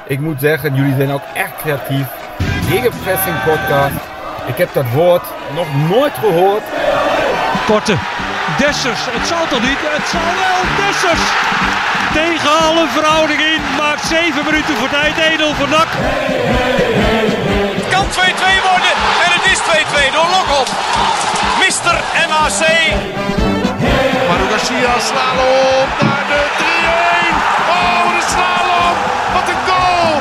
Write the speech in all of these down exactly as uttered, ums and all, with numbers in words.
Ik moet zeggen, jullie zijn ook echt creatief. Gegenpressing podcast. Ik heb dat woord nog nooit gehoord. Korte. Dessers. Het zal toch niet? Het zal wel. Dessers. Tegen alle verhouding in. Maakt zeven minuten voor tijd. één nul voor N A C. Het kan twee-twee worden. En het is twee-twee door Lokop. mister M A C. Maru Garcia, slalom naar de drie-een. Oh, de slalom. Wat een goal.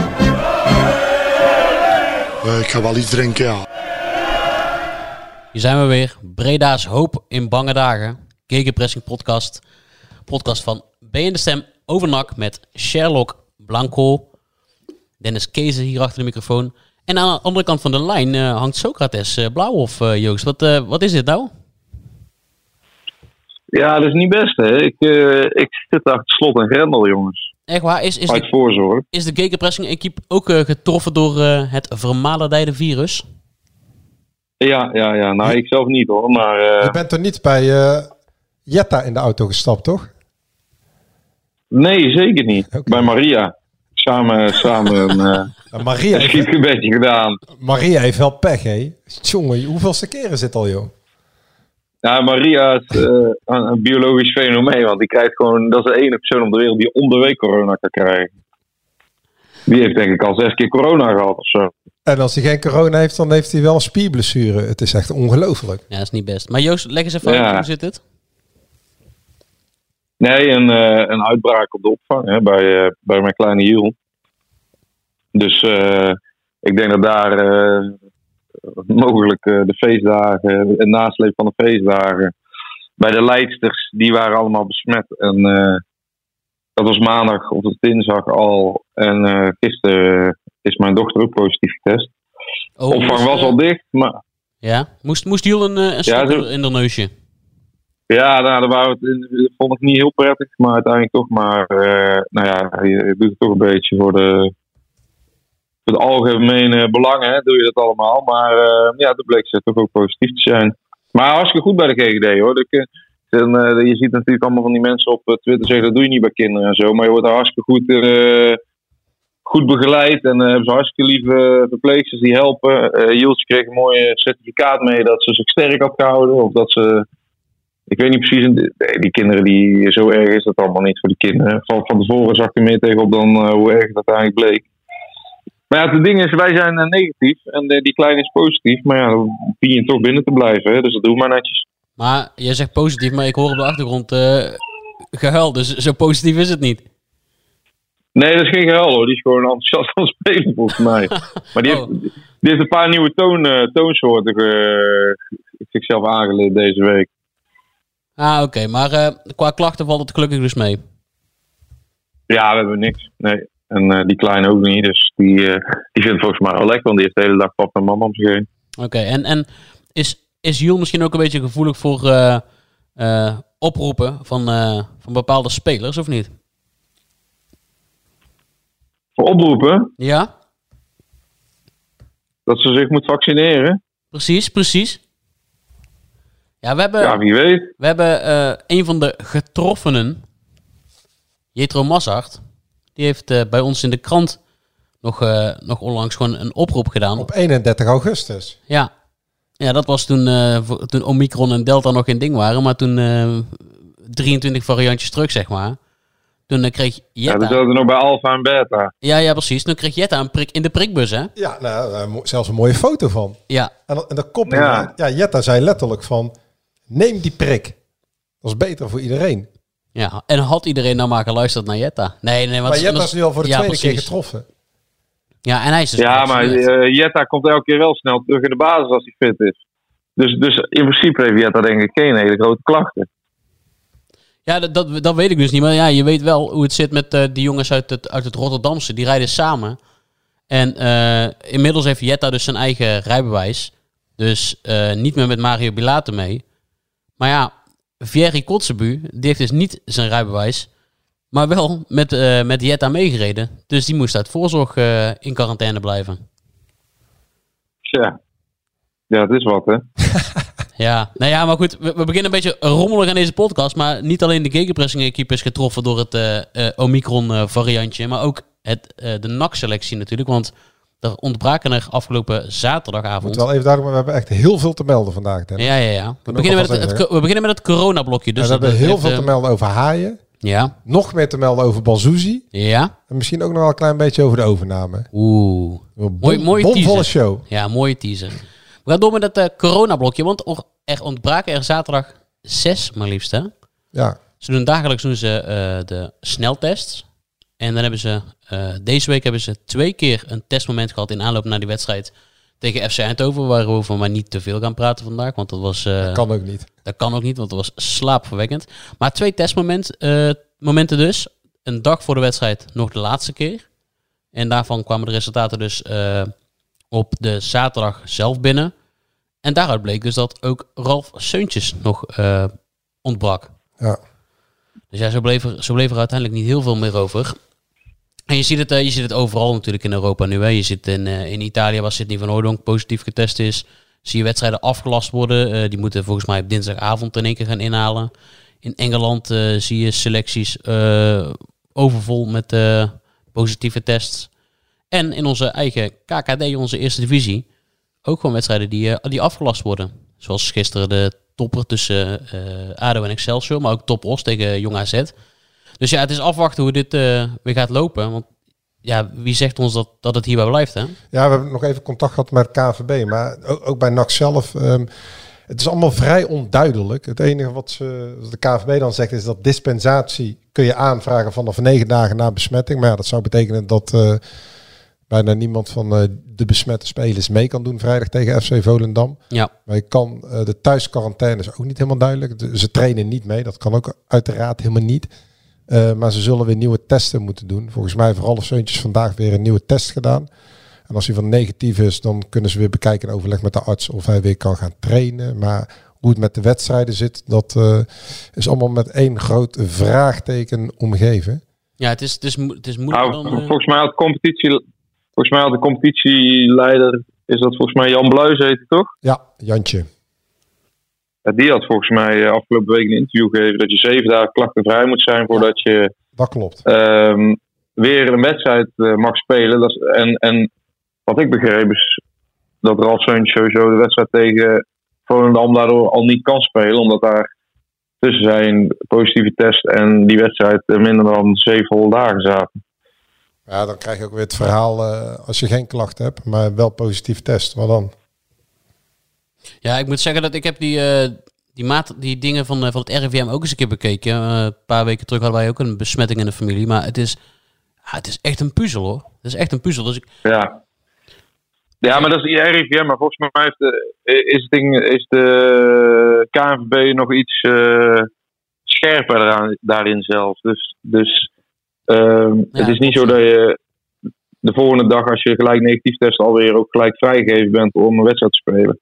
Uh, ik ga wel iets drinken, ja. Hier zijn we weer. Breda's hoop in bange dagen. Gegenpressing podcast. Podcast van B N De Stem over N A C met Sherlock Blanco. Dennis Kezen hier achter de microfoon. En aan de andere kant van de lijn uh, hangt Socrates uh, Blauwhof, uh, Joost. Wat, uh, wat is dit nou? Ja, dat is niet best, hè. Ik, uh, ik zit achter slot en grendel, jongens. Echt waar? Is, is, Uit de, voorzorg. is de Gegenpressing equipe ook uh, getroffen door uh, het vermalendijde virus? Ja, ja, ja. Nou, ik zelf niet, hoor. Maar, uh... Je bent er niet bij uh, Jetta in de auto gestapt, toch? Nee, zeker niet. Okay. Bij Maria. Samen, samen een, uh, Maria een schietgebedje gedaan. Maria heeft wel pech, hè? Jongen, hoeveelste keren zit al, joh? Ja, Maria is uh, een, een biologisch fenomeen. Want die krijgt gewoon... Dat is de enige persoon op de wereld die om de week corona kan krijgen. Die heeft denk ik al zes keer corona gehad of zo. En als hij geen corona heeft, dan heeft hij wel een spierblessure. Het is echt ongelooflijk. Ja, dat is niet best. Maar Joost, leg eens even uit, ja. Hoe zit het? Nee, een, uh, een uitbraak op de opvang hè, bij, uh, bij mijn kleine Jiel. Dus uh, ik denk dat daar uh, mogelijk uh, de feestdagen, de nasleep van de feestdagen, bij de leidsters, die waren allemaal besmet. En uh, dat was maandag of het dinsdag al. En uh, gisteren is mijn dochter ook positief getest. De oh, opvang was uh, al dicht, maar... Ja, moest, moest Jiel een, een stok ja, in de neusje? Ja, nou, dat, wou het, dat vond ik niet heel prettig, maar uiteindelijk toch maar, uh, nou ja, je doet het toch een beetje voor de, voor de algemene belangen, hè, doe je dat allemaal. Maar uh, ja, dat bleek ze toch ook positief te zijn. Maar hartstikke goed bij de G G D, hoor. De, en, uh, je ziet natuurlijk allemaal van die mensen op Twitter zeggen, dat doe je niet bij kinderen en zo, maar je wordt daar hartstikke goed, uh, goed begeleid en uh, hebben ze hartstikke lieve verpleegsters die helpen. Uh, Jieltje kreeg een mooi certificaat mee dat ze zich sterk had gehouden, of dat ze... Ik weet niet precies, nee, die kinderen, die, zo erg is dat allemaal niet voor de kinderen. Van, van tevoren zag ik er meer tegenop dan uh, hoe erg dat eigenlijk bleek. Maar ja, het ding is, wij zijn uh, negatief en uh, die kleine is positief. Maar ja, dan pien je toch binnen te blijven, hè? Dus dat doen we maar netjes. Maar jij zegt positief, maar ik hoor op de achtergrond uh, gehuil, dus zo positief is het niet. Nee, dat is geen gehuil, hoor. Die is gewoon enthousiast van spelen, volgens mij. Maar die, oh. heeft, die heeft een paar nieuwe toon, uh, toonsoorten uh, zichzelf aangeleerd deze week. Ah, oké. Okay. Maar uh, qua klachten valt het gelukkig dus mee? Ja, we hebben niks. Nee. En uh, die kleine ook niet. Dus die, uh, die vindt volgens mij wel lekker. Want die heeft de hele dag papa en mama om zich heen. Oké. Okay. En, en is, is Jules misschien ook een beetje gevoelig voor uh, uh, oproepen van, uh, van bepaalde spelers, of niet? Voor oproepen? Ja. Dat ze zich moet vaccineren? Precies, precies. Ja, we hebben, ja, wie weet. We hebben uh, een van de getroffenen, Jetro Massart, die heeft uh, bij ons in de krant nog, uh, nog onlangs gewoon een oproep gedaan. Op eenendertig augustus. Ja, ja dat was toen, uh, voor, toen Omicron en Delta nog geen ding waren, maar toen uh, drieëntwintig variantjes terug, zeg maar. Toen uh, kreeg Jetta... Ja, dat hadden we nog bij Alpha en Beta. Ja, ja, precies. Toen kreeg Jetta een prik in de prikbus, hè? Ja, nou, uh, zelfs een mooie foto van. Ja. En, en de koppeling, ja. ja, Jetta zei letterlijk van... Neem die prik. Dat is beter voor iedereen. Ja, en had iedereen nou maar geluisterd naar Jetta? Nee, nee. Maar Jetta is nu al voor de ja, tweede precies. keer getroffen. Ja, en hij is dus... Ja, maar uh, Jetta komt elke keer wel snel terug in de basis als hij fit is. Dus, dus in principe heeft Jetta denk ik geen hele grote klachten. Ja, dat, dat, dat weet ik dus niet. Maar ja, je weet wel hoe het zit met uh, die jongens uit het, uit het Rotterdamse. Die rijden samen. En uh, inmiddels heeft Jetta dus zijn eigen rijbewijs. Dus uh, niet meer met Mario Bilate mee. Maar ja, Thierry Kotzebu, die heeft dus niet zijn rijbewijs. Maar wel met, uh, met Jetta meegereden. Dus die moest uit voorzorg uh, in quarantaine blijven. Ja, ja, het is wat, hè? Ja, nou ja, maar goed, we, we beginnen een beetje rommelig aan deze podcast. Maar niet alleen de Gegenpressing-equipe is getroffen door het uh, uh, Omicron-variantje. Maar ook het, uh, de N A C-selectie natuurlijk. Want er ontbraken er afgelopen zaterdagavond... Moet wel even duidelijk, maar we hebben echt heel veel te melden vandaag. Dennis. Ja, ja, ja. We beginnen, met het, het, we beginnen met het coronablokje. Dus we hebben heel veel uh, te melden over Haaien. Ja. Nog meer te melden over Banzuzi. Ja. En misschien ook nog wel een klein beetje over de overname. Oeh. Bom, Mooi, mooie bomvolle teaser. show. Ja, mooie teaser. We gaan door met het uh, coronablokje. Want er ontbraken er zaterdag zes maar liefst, hè? Ja. Ze doen dagelijks doen ze uh, de sneltests. En dan hebben ze... Uh, deze week hebben ze twee keer een testmoment gehad in aanloop naar die wedstrijd tegen F C Eindhoven. Waarover we maar niet te veel gaan praten vandaag. Want dat was... Uh, dat kan ook niet. Dat kan ook niet, want dat was slaapverwekkend. Maar twee testmomenten uh, momenten dus. Een dag voor de wedstrijd nog de laatste keer. En daarvan kwamen de resultaten dus uh, op de zaterdag zelf binnen. En daaruit bleek dus dat ook Ralf Seuntjes nog uh, ontbrak. Ja. Dus ja, zo bleef, er, zo bleef er uiteindelijk niet heel veel meer over. En je ziet het, uh, je ziet het overal natuurlijk in Europa nu. Hè. Je zit in, uh, in Italië, waar Sidney van Hooijdonk positief getest is. Zie je wedstrijden afgelast worden. Uh, die moeten volgens mij op dinsdagavond in één keer gaan inhalen. In Engeland uh, zie je selecties uh, overvol met uh, positieve tests. En in onze eigen K K D, onze eerste divisie, ook gewoon wedstrijden die, uh, die afgelast worden. Zoals gisteren de topper tussen uh, A D O en Excelsior, maar ook Top Os tegen Jong A Z. Dus ja, het is afwachten hoe dit uh, weer gaat lopen. Want ja, wie zegt ons dat, dat het hierbij blijft, hè? Ja, we hebben nog even contact gehad met K V B, maar ook, ook bij N A C zelf. Um, het is allemaal vrij onduidelijk. Het enige wat, ze, wat de K V B dan zegt is dat dispensatie kun je aanvragen vanaf negen dagen na besmetting. Maar ja, dat zou betekenen dat uh, bijna niemand van uh, de besmette spelers mee kan doen vrijdag tegen F C Volendam. Ja. Maar je kan, uh, de thuisquarantaine is ook niet helemaal duidelijk. De, ze trainen niet mee, dat kan ook uiteraard helemaal niet. Uh, maar ze zullen weer nieuwe testen moeten doen. Volgens mij heeft Ralf Seuntjes vandaag weer een nieuwe test gedaan. En als hij van negatief is, dan kunnen ze weer bekijken en overleg met de arts of hij weer kan gaan trainen. Maar hoe het met de wedstrijden zit, dat uh, is allemaal met één groot vraagteken omgeven. Ja, het is, het is, het is moeilijk. Nou, dan, uh... volgens mij had de competitie, volgens mij had de competitieleider, is dat volgens mij Jan Bluis heet hij toch? Ja, Jantje. Ja, die had volgens mij afgelopen week een interview gegeven dat je zeven dagen klachtenvrij moet zijn voordat je dat klopt. Um, weer een wedstrijd uh, mag spelen. Dat is, en, en wat ik begreep is dat Ralf Seuntjes sowieso de wedstrijd tegen Volendam daardoor al niet kan spelen, omdat daar tussen zijn positieve test en die wedstrijd uh, minder dan zeven dagen zaten. Ja, dan krijg je ook weer het verhaal uh, als je geen klachten hebt, maar wel positief test. Wat dan? Ja, ik moet zeggen dat ik heb die, uh, die, maat, die dingen van, uh, van het R I V M ook eens een keer bekeken. Uh, een paar weken terug hadden wij ook een besmetting in de familie. Maar het is, ja, het is echt een puzzel, hoor. Het is echt een puzzel. Dus ik... Ja. Ja, maar dat is R I V M. Maar volgens mij heeft de, is, het ding, is de K N V B nog iets uh, scherper daaraan, daarin zelf. Dus, dus uh, ja, het is niet zo dat je de volgende dag, als je gelijk negatief test, alweer ook gelijk vrijgegeven bent om een wedstrijd te spelen.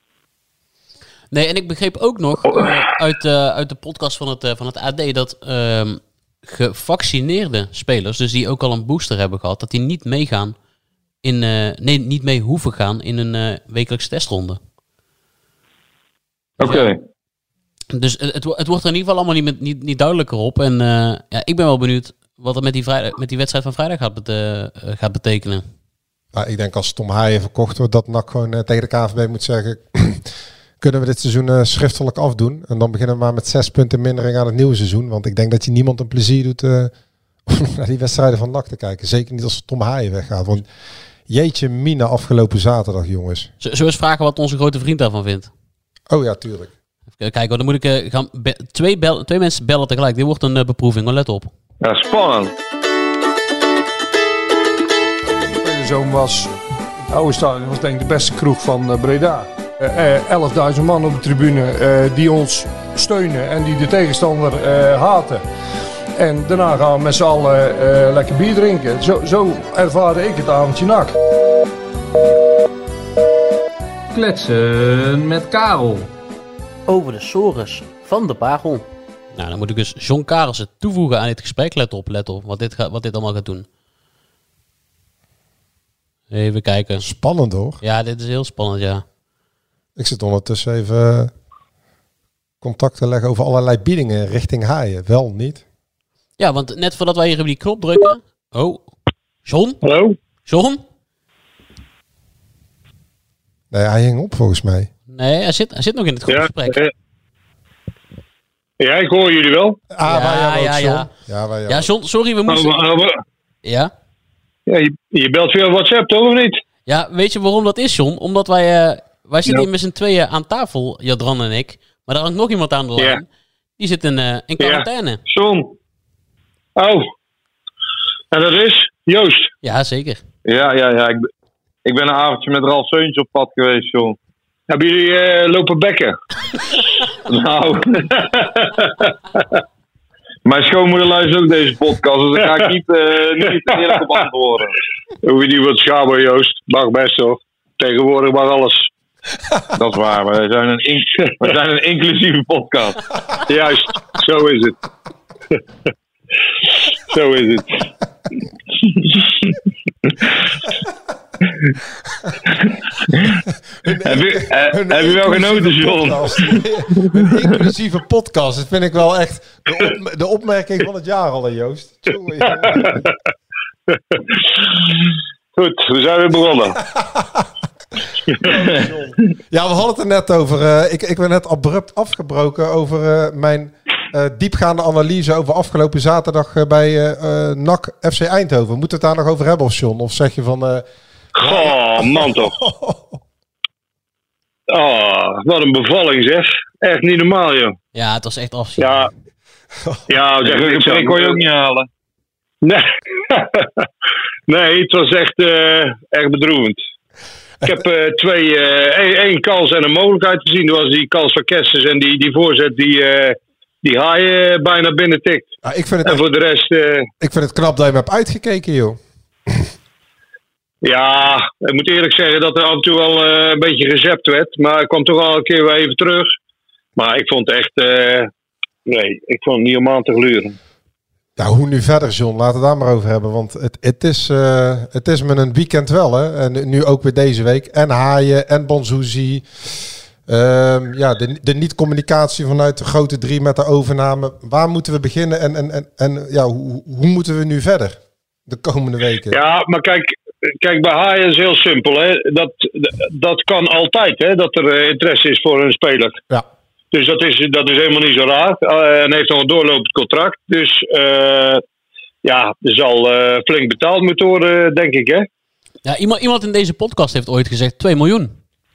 Nee, en ik begreep ook nog uh, uit, uh, uit de podcast van het, uh, van het A D dat uh, gevaccineerde spelers, dus die ook al een booster hebben gehad, dat die niet meegaan in, uh, nee, niet mee hoeven gaan in een uh, wekelijkse testronde. Oké. Okay. Ja. Dus het, het, het wordt er in ieder geval allemaal niet, niet, niet duidelijker op. En uh, ja, ik ben wel benieuwd wat het met die, vrijdag, met die wedstrijd van vrijdag gaat, bete- uh, gaat betekenen. Nou, ik denk als Tom Haaien verkocht wordt, dat N A C gewoon uh, tegen de K V B moet zeggen, kunnen we dit seizoen uh, schriftelijk afdoen. En dan beginnen we maar met zes punten mindering aan het nieuwe seizoen. Want ik denk dat je niemand een plezier doet uh, om naar die wedstrijden van N A C te kijken. Zeker niet als Tom Haaien weggaat. Want jeetje mina afgelopen zaterdag, jongens. Z- Zullen we eens vragen wat onze grote vriend daarvan vindt? Oh ja, tuurlijk. Even kijken, dan moet ik uh, gaan be- twee, bel- twee mensen bellen tegelijk. Dit wordt een uh, beproeving, maar let op. Ja, spannend. Mijn zoon was, het oude stadion was denk ik de beste kroeg van uh, Breda. Uh, uh, elfduizend man op de tribune uh, die ons steunen en die de tegenstander uh, haten. En daarna gaan we met z'n allen uh, lekker bier drinken. Zo, zo ervaarde ik het avondje N A C. Kletsen met Karel. Over de sores van de Bagel. Nou, dan moet ik dus John Karelsen toevoegen aan dit gesprek. Let op, let op, wat dit, ga, wat dit allemaal gaat doen. Even kijken. Spannend hoor. Ja, dit is heel spannend, ja. Ik zit ondertussen even contact te leggen over allerlei biedingen richting Haaien. Wel niet. Ja, want net voordat wij hier op die knop drukken... Oh, John? Hallo? John? Nee, hij hing op volgens mij. Nee, hij zit, hij zit nog in het gesprek. Ja, uh, ja, ik hoor jullie wel. Ah, Ja, wij jou ook, ja, John. ja. Ja, wij jou Ja, ook. John, sorry, we moesten... Oh, oh, oh. Ja? Ja, je, je belt via WhatsApp, toch, of niet? Ja, weet je waarom dat is, John? Omdat wij... Uh, wij zitten Ja. hier met z'n tweeën aan tafel, Jadran en ik. Maar daar hangt nog iemand aan de lijn. Ja. Die zit in, uh, in quarantaine. Ja. John. Oh. En dat is Joost. ja, zeker. Ja, ja, ja. Ik, ben- ik ben een avondje met Ralf Seuntjes op pad geweest, John. Hebben jullie uh, lopen bekken? Nou. Mijn schoonmoeder luistert ook deze podcast, dus daar ga ik niet, uh, niet eerlijk op antwoorden. Hoef je niet wat schamen, Joost. Mag best hoor. Tegenwoordig mag alles. Dat is waar, wij zijn een, in- wij zijn een inclusieve podcast. Juist, zo is het. Zo is het. Heb je, eh, Een heb je wel inclusieve genoten, John? podcast. Een inclusieve podcast. Dat vind ik wel echt de, op, de opmerking van het jaar al, hè, Joost. Jongen, jongen. Goed, we zijn weer begonnen. Ja, we hadden het er net over. Uh, ik, ik ben net abrupt afgebroken over uh, mijn uh, diepgaande analyse over afgelopen zaterdag uh, bij uh, uh, N A C F C Eindhoven. Moeten we het daar nog over hebben, of John? Of zeg je van... Uh, Goh, man toch. Oh, wat een bevalling zeg. Echt niet normaal, joh. Ja, het was echt afzien. Ja, ja zeg, een prik kon je ook niet halen. Nee, nee het was echt, uh, echt bedroevend. Ik heb uh, twee, uh, één, één kans en een mogelijkheid gezien. Dat was die kans van Kessers en die, die voorzet die, uh, die Haai uh, bijna binnen tikt. Ja, ik, vind het en voor de rest... Uh, ik vind het knap dat je hem hebt uitgekeken, joh. Ja, ik moet eerlijk zeggen dat er af en toe wel uh, een beetje gezept werd. Maar ik kwam toch al een keer weer even terug. Maar ik vond het echt... Uh, nee, ik vond het niet om aan te gluren. Nou, hoe nu verder, John? Laten we het daar maar over hebben. Want het, het, is, uh, het is me een weekend wel, hè. En nu ook weer deze week. En Haaien en Banzuzi. Um, ja, de, de niet-communicatie vanuit de grote drie met de overname. Waar moeten we beginnen? En, en, en, en ja, hoe, hoe moeten we nu verder de komende weken? Ja, maar kijk... Kijk, bij Haaien is heel simpel. Hè? Dat, dat kan altijd, hè? Dat er interesse is voor een speler. Ja. Dus dat is, dat is helemaal niet zo raar. Uh, en heeft nog een doorlopend contract. Dus uh, ja, er zal uh, flink betaald moeten worden, denk ik. Hè? Ja, iemand, iemand in deze podcast heeft ooit gezegd twee miljoen.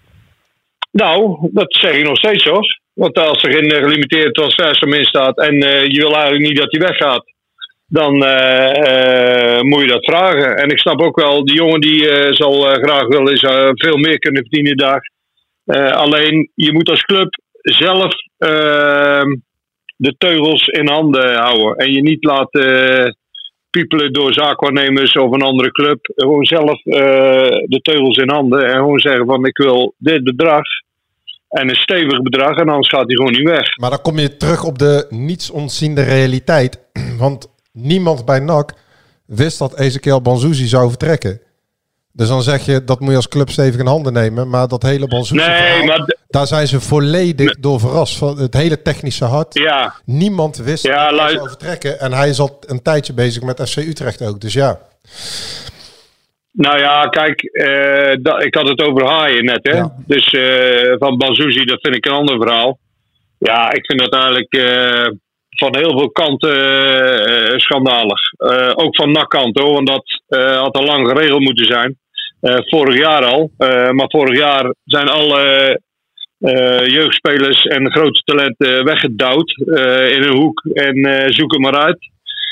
Nou, dat zeg ik nog steeds hoor. Want als er geen gelimiteerde transfersom in staat en uh, je wil eigenlijk niet dat hij weggaat, dan uh, uh, moet je dat vragen. En ik snap ook wel, die jongen die uh, zal uh, graag wel eens uh, veel meer kunnen verdienen daar. Uh, alleen, je moet als club zelf uh, de teugels in handen houden. En je niet laten uh, piepelen door zaakwaarnemers of een andere club. Gewoon zelf uh, de teugels in handen. En gewoon zeggen van, ik wil dit bedrag. En een stevig bedrag. En anders gaat hij gewoon niet weg. Maar dan kom je terug op de niets ontziende realiteit. Want niemand bij N A C wist dat Ezekiel Banzuzi zou vertrekken. Dus dan zeg je, dat moet je als club stevig in handen nemen. Maar dat hele Banzuzi nee, verhaal, maar d- daar zijn ze volledig nee. door verrast. Van het hele technische hart. Ja. Niemand wist ja, dat lui- hij zou vertrekken. En hij is al een tijdje bezig met F C Utrecht ook. Dus ja. Nou ja, kijk, uh, da- ik had het over Haaien net, hè. Ja. Dus uh, van Banzuzi, dat vind ik een ander verhaal. Ja, ik vind dat eigenlijk... Uh, van heel veel kanten uh, schandalig. Uh, ook van N A C-kant hoor, want dat uh, had al lang geregeld moeten zijn. Uh, vorig jaar al. Uh, maar vorig jaar zijn alle uh, jeugdspelers en grote talenten weggedouwd uh, in een hoek en uh, zoek het maar uit.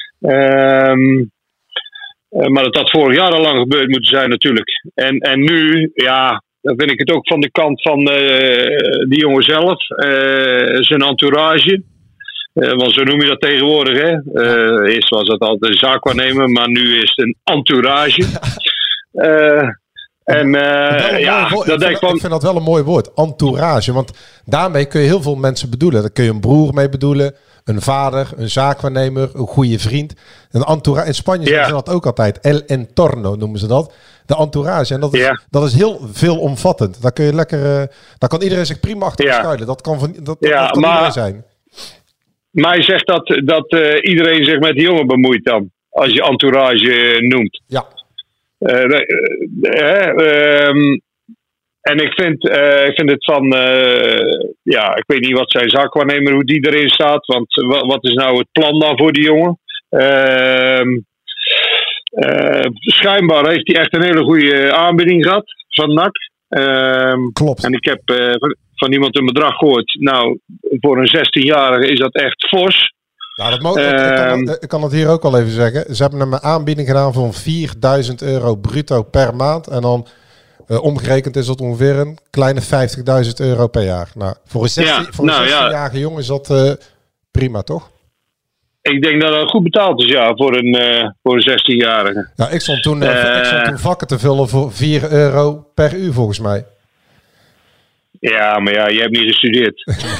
Um, uh, maar dat had vorig jaar al lang gebeurd moeten zijn natuurlijk. En, en nu, ja, dan vind ik het ook van de kant van uh, die jongen zelf, uh, zijn entourage. Uh, want zo noem je dat tegenwoordig, hè. Uh, eerst was dat altijd een zaakwaarnemer, maar nu is het een entourage. Uh, en uh, ja, woord, dat ik, vind, van... ik vind dat wel een mooi woord, entourage. Want daarmee kun je heel veel mensen bedoelen. Daar kun je een broer mee bedoelen, een vader, een zaakwaarnemer, een goede vriend. Een entourage. In Spanje ja. zeggen ze dat ook altijd. El entorno noemen ze dat. De entourage. En dat is, ja. dat is heel veelomvattend. Daar kun je lekker, uh, daar kan iedereen zich prima achter ja. schuilen. Dat kan, van, dat, ja, dat kan maar... iedereen zijn. Maar hij zegt dat, dat uh, iedereen zich met die jongen bemoeit dan. Als je entourage uh, noemt. Ja. Uh, uh, uh, um, en ik vind, uh, ik vind het van... Uh, ja, ik weet niet wat zijn zaakwaarnemer, hoe die erin staat. Want wat, wat is nou het plan dan voor die jongen? Uh, uh, schijnbaar heeft hij echt een hele goede aanbieding gehad van N A C. Uh, Klopt. En ik heb uh, van, van iemand een bedrag gehoord. Nou, voor een zestienjarige is dat echt fors. Nou, dat mo- uh, ik, kan, ik kan het hier ook al even zeggen. Ze hebben hem een aanbieding gedaan van vierduizend euro bruto per maand. En dan uh, omgerekend is dat ongeveer een kleine vijftigduizend euro per jaar. Nou, voor een zestien-jarige ja, nou, ja. jongen is dat uh, prima, toch? Ik denk dat dat goed betaald is, ja, voor een, uh, voor een zestienjarige. Ja, ik stond toen, uh, ik stond toen vakken te vullen voor vier euro per uur, volgens mij. Ja, maar ja, je hebt niet gestudeerd.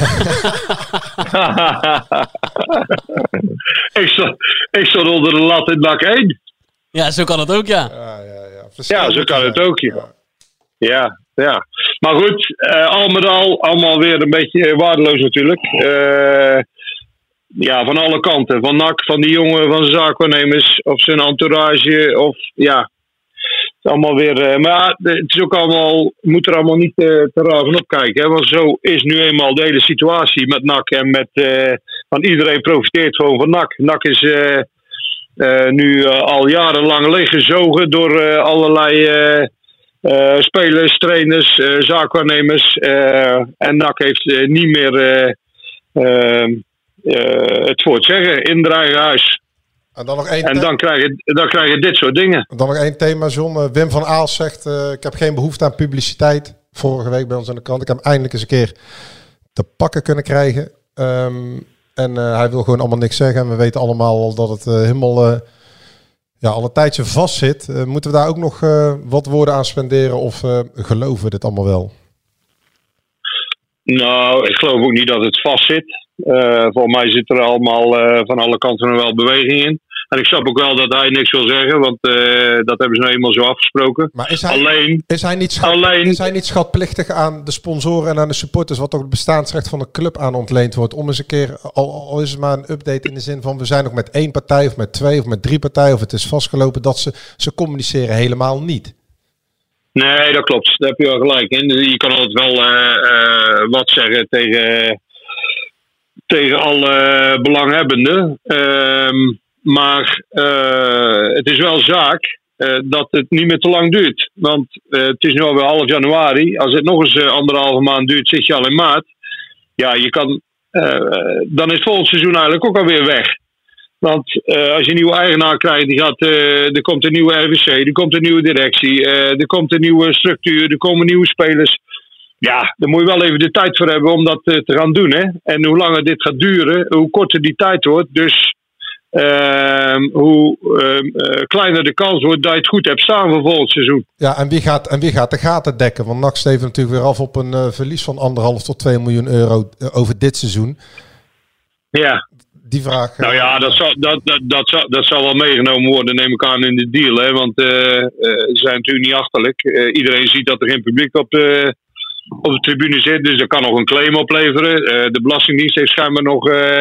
ik, stond, ik stond onder de lat in N A C één. Ja, zo kan het ook, ja. Ja, ja, ja. ja zo kan het ook, ja. Ja, ja. Maar goed, uh, al met al, allemaal weer een beetje waardeloos natuurlijk. Uh, ja, van alle kanten. Van N A C, van die jongen, van zijn zaakwaarnemers, of zijn entourage, of ja... Allemaal weer, uh, maar het is ook allemaal, moet er allemaal niet uh, te raar van opkijken. Hè? Want zo is nu eenmaal de hele situatie met N A C. En met, uh, van iedereen profiteert gewoon van N A C. N A C is uh, uh, nu uh, al jarenlang leeggezogen door uh, allerlei uh, uh, spelers, trainers, uh, zaakwaarnemers. Uh, en N A C heeft uh, niet meer uh, uh, uh, het voor het zeggen in het eigen huis. En dan nog één en thema. dan krijg, je, dan krijg je dit soort dingen. Dan nog één thema, John. Uh, Wim van Aals zegt, uh, ik heb geen behoefte aan publiciteit. Vorige week bij ons aan de krant. Ik heb hem eindelijk eens een keer te pakken kunnen krijgen. Um, en uh, hij wil gewoon allemaal niks zeggen. En we weten allemaal al dat het uh, helemaal uh, ja, al een tijdje vast zit. Uh, moeten we daar ook nog uh, wat woorden aan spenderen? Of uh, geloven we dit allemaal wel? Nou, ik geloof ook niet dat het vast zit. Uh, volgens mij zit er allemaal uh, van alle kanten nog wel beweging in. En ik snap ook wel dat hij niks wil zeggen, want uh, dat hebben ze nou eenmaal zo afgesproken. Maar is hij, alleen, is, hij niet schat, alleen, is hij niet schatplichtig aan de sponsoren en aan de supporters, wat toch het bestaansrecht van de club aan ontleend wordt, om eens een keer, al, al is het maar een update in de zin van we zijn nog met één partij of met twee of met drie partijen of het is vastgelopen, dat ze, ze communiceren helemaal niet. Nee, dat klopt. Daar heb je wel gelijk in. Je kan altijd wel uh, uh, wat zeggen tegen, tegen alle belanghebbenden. Uh, maar uh, het is wel zaak uh, dat het niet meer te lang duurt. Want uh, het is nu alweer half januari. Als het nog eens uh, anderhalve maand duurt, zit je al in maart. Ja, je kan, uh, dan is het volgend seizoen eigenlijk ook alweer weg. Want uh, als je een nieuwe eigenaar krijgt, die gaat, uh, er komt een nieuwe R V C, er komt een nieuwe directie, uh, er komt een nieuwe structuur, er komen nieuwe spelers. Ja, daar moet je wel even de tijd voor hebben om dat uh, te gaan doen. Hè? En hoe langer dit gaat duren, hoe korter die tijd wordt. Dus uh, hoe uh, uh, kleiner de kans wordt dat je het goed hebt staan voor volgend seizoen. Ja, en wie gaat, en wie gaat de gaten dekken? Want N A C steekt natuurlijk weer af op een uh, verlies van anderhalf tot twee miljoen euro uh, over dit seizoen. Ja. Die vraag. Nou ja, dat zal, dat, dat, dat, zal, dat zal wel meegenomen worden, neem ik aan, in de deal. Hè? Want uh, uh, ze zijn natuurlijk niet achterlijk. Uh, iedereen ziet dat er geen publiek op de, op de tribune zit. Dus dat kan nog een claim opleveren. Uh, de Belastingdienst heeft schijnbaar nog uh,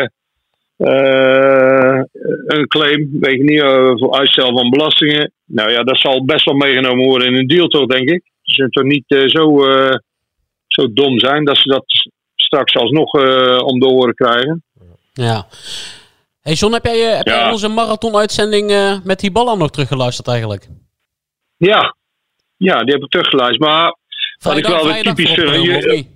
uh, een claim. Weet je niet, uh, voor uitstel van belastingen. Nou ja, dat zal best wel meegenomen worden in een deal, toch, denk ik. Ze zullen toch niet uh, zo, uh, zo dom zijn dat ze dat straks alsnog uh, om de oren krijgen. Ja. Hey John, heb jij, heb ja. jij onze marathon-uitzending uh, met die ballen nog teruggeluisterd eigenlijk? Ja. Ja, die heb ik teruggeluisterd. Maar wat ik wel weer typisch vind van jullie...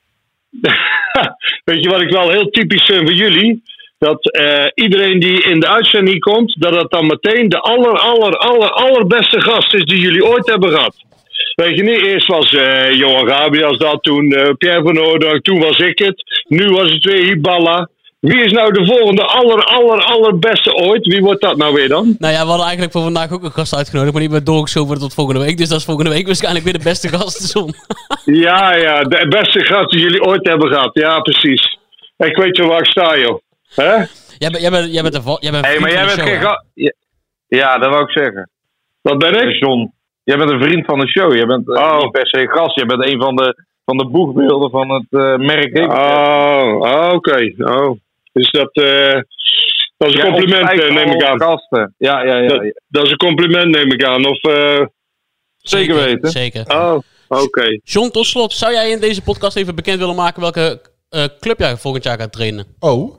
Weet je wat ik wel heel typisch vind van jullie? Dat uh, iedereen die in de uitzending komt, dat het dan meteen de aller, aller, aller, allerbeste gast is die jullie ooit hebben gehad. Weet je niet, eerst was uh, Johan Gabriels dat, toen uh, Pierre van Oordonk, toen was ik het. Nu was het weer Hiballa. Wie is nou de volgende aller, aller, allerbeste ooit? Wie wordt dat nou weer dan? Nou ja, we hadden eigenlijk voor vandaag ook een gast uitgenodigd, maar die werd doorgeschoven tot volgende week. Dus dat is volgende week waarschijnlijk weer de beste gastseizoen. Ja, ja, de beste gast die jullie ooit hebben gehad. Ja, precies. Ik weet zo waar ik sta, joh. Hè? Jij bent, jij bent, jij bent een vo- jij bent hey, maar jij bent geen gast. Ja, ja, dat wou ik zeggen. Wat ben ik? John, jij bent een vriend van de show. Jij bent uh, oh. niet per se gast. Jij bent een van de, van de boegbeelden van het uh, merk. Oh, oh oké. Okay. Oh. Dus dat, uh, Dat is een Ja, compliment, of eh, neem ik aan. Gasten. Ja, ja, ja. Dat, dat is een compliment, neem ik aan. Of uh, zeker weten? Zeker. Oh, oké. Okay. John, tot slot, zou jij in deze podcast even bekend willen maken welke uh, club jij volgend jaar gaat trainen? Oh.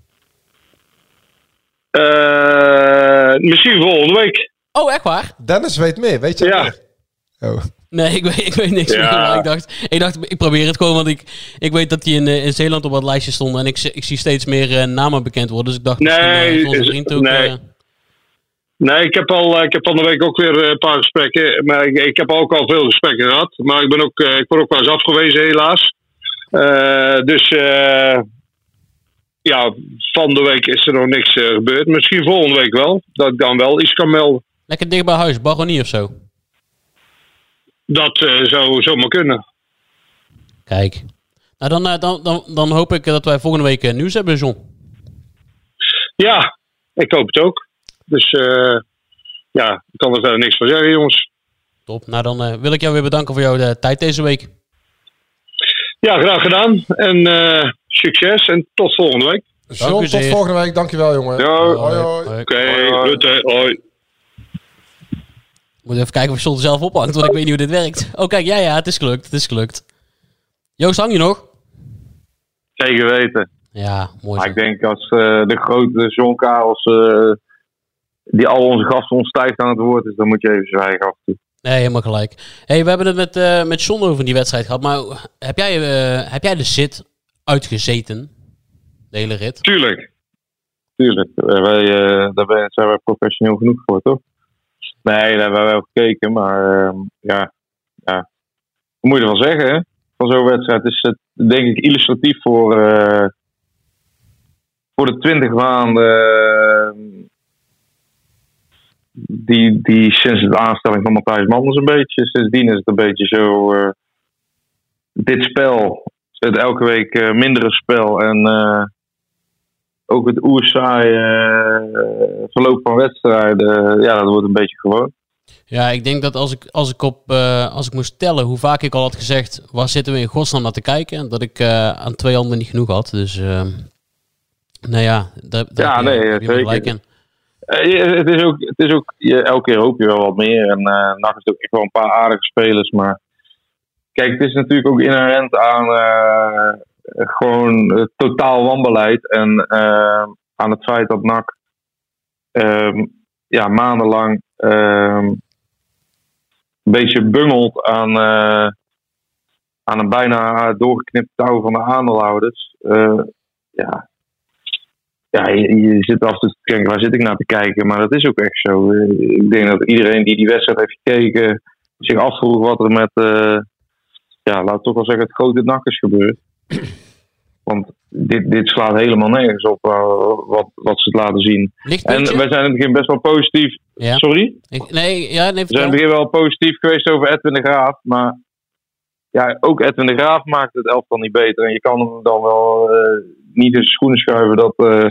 Uh, misschien volgende week. Oh, echt waar? Dennis weet meer, weet je? Ja. Meer? Oh. Nee, ik weet, ik weet niks Ja. meer. Maar ik dacht, ik dacht, ik probeer het gewoon, want ik, ik weet dat hij in, uh, in Zeeland op wat lijstjes stond. En ik, ik zie steeds meer uh, namen bekend worden. Dus ik dacht, Nee, misschien, uh, onze is- vriend ook... nee. uh, Nee, ik heb, al, ik heb van de week ook weer een paar gesprekken. Maar ik, ik heb ook al veel gesprekken gehad. Maar ik, ben ook, uh, ik word ook wel eens afgewezen, helaas. Uh, dus uh, ja, van de week is er nog niks uh, gebeurd. Misschien volgende week wel. Dat ik dan wel iets kan melden. lekker dicht bij huis, Baronie of zo. Dat uh, zou zomaar kunnen. Kijk. Nou, dan, uh, dan, dan, dan hoop ik dat wij volgende week uh, nieuws hebben, John. Ja, ik hoop het ook. Dus uh, ja, ik kan er verder niks van zeggen, jongens. Top. Nou, dan uh, wil ik jou weer bedanken voor jouw uh, tijd deze week. Ja, graag gedaan. En uh, succes en tot volgende week. John, tot zeer. volgende week. Dankjewel, jongen. Ja. Hoi, hoi. Hoi. Oké, Rutte, hoi. Moet even kijken of John er zelf ophangt, want ik weet niet hoe dit werkt. Oh, kijk, ja, ja, het is gelukt. Het is gelukt. Joost, hang je nog? Zeker weten. Ja, mooi Maar zo. ik denk als uh, de grote John Karels, uh, die al onze gasten ontstijgt aan het woord is, dan moet je even zwijgen af en toe. Nee, helemaal gelijk. Hey, we hebben het met, uh, met John over die wedstrijd gehad. Maar heb jij, uh, heb jij de zit uitgezeten? De hele rit? Tuurlijk. Tuurlijk. Uh, wij, uh, daar ben- zijn wij professioneel genoeg voor, toch? Nee, daar hebben wij wel gekeken, maar uh, ja, ja. Wat moet je ervan zeggen, hè? Van zo'n wedstrijd is het denk ik illustratief voor, uh, voor de twintig maanden uh, die, die sinds de aanstelling van Matthijs Manders een beetje, sindsdien is het een beetje zo, uh, dit spel, het elke week uh, mindere spel en uh, ook het oerzaaie uh, verloop van wedstrijden, ja, dat wordt een beetje gewoon. Ja, ik denk dat als ik, als ik, op, uh, als ik moest tellen hoe vaak ik al had gezegd... waar zitten we in godsnaam naar te kijken... dat ik uh, aan twee handen niet genoeg had. Dus, uh, nou ja, daar, daar Ja, heb je, nee, heb je zeker. gelijk in. Uh, het is ook, het is ook je, elke keer hoop je wel wat meer. En uh, NAC is ook echt wel een paar aardige spelers. Maar kijk, het is natuurlijk ook inherent aan uh, gewoon uh, totaal wanbeleid. En uh, aan het feit dat NAC um, ja, maandenlang um, een beetje bungelt aan, uh, aan een bijna doorgeknipt touw van de aandeelhouders. Uh, ja. Ja, je, je zit af en toe te kijken, waar zit ik naar te kijken? Maar dat is ook echt zo. Ik denk dat iedereen die die wedstrijd heeft gekeken zich afvroeg wat er met, uh, ja, laat ik toch wel zeggen, het grote NAC is gebeurd. Want dit, dit slaat helemaal nergens op uh, wat, wat ze het laten zien. Lichtpuntje? En wij zijn in het begin best wel positief. Ja. Sorry? Ik, nee, ja, nee, We zijn in het begin wel positief geweest over Edwin de Graaf. Maar ja, ook Edwin de Graaf maakt het elftal niet beter. En je kan hem dan wel uh, niet in zijn schoenen schuiven dat, uh,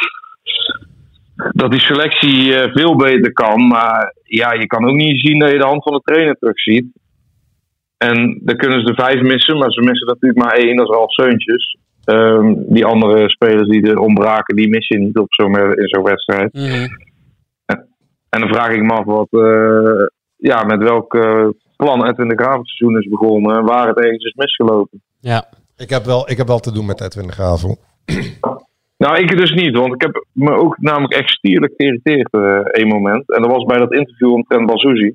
dat die selectie uh, veel beter kan. Maar ja, je kan ook niet zien dat je de hand van de trainer terugziet. En dan kunnen ze er vijf missen, maar ze missen natuurlijk maar één, dat is Ralf Seuntjes. Um, die andere spelers die er ontbraken, die mis je niet op zo'n, in zo'n wedstrijd. Mm-hmm. En, en dan vraag ik me af wat, uh, ja, met welk uh, plan Edwin de Graaf het seizoen is begonnen, waar het ergens is misgelopen. Ja. Ik heb wel, ik heb wel te doen met Edwin de Graaf, hoor. Nou, ik dus niet, want ik heb me ook namelijk echt stierlijk geïrriteerd uh, één moment. En dat was bij dat interview omtrent Banzuzi.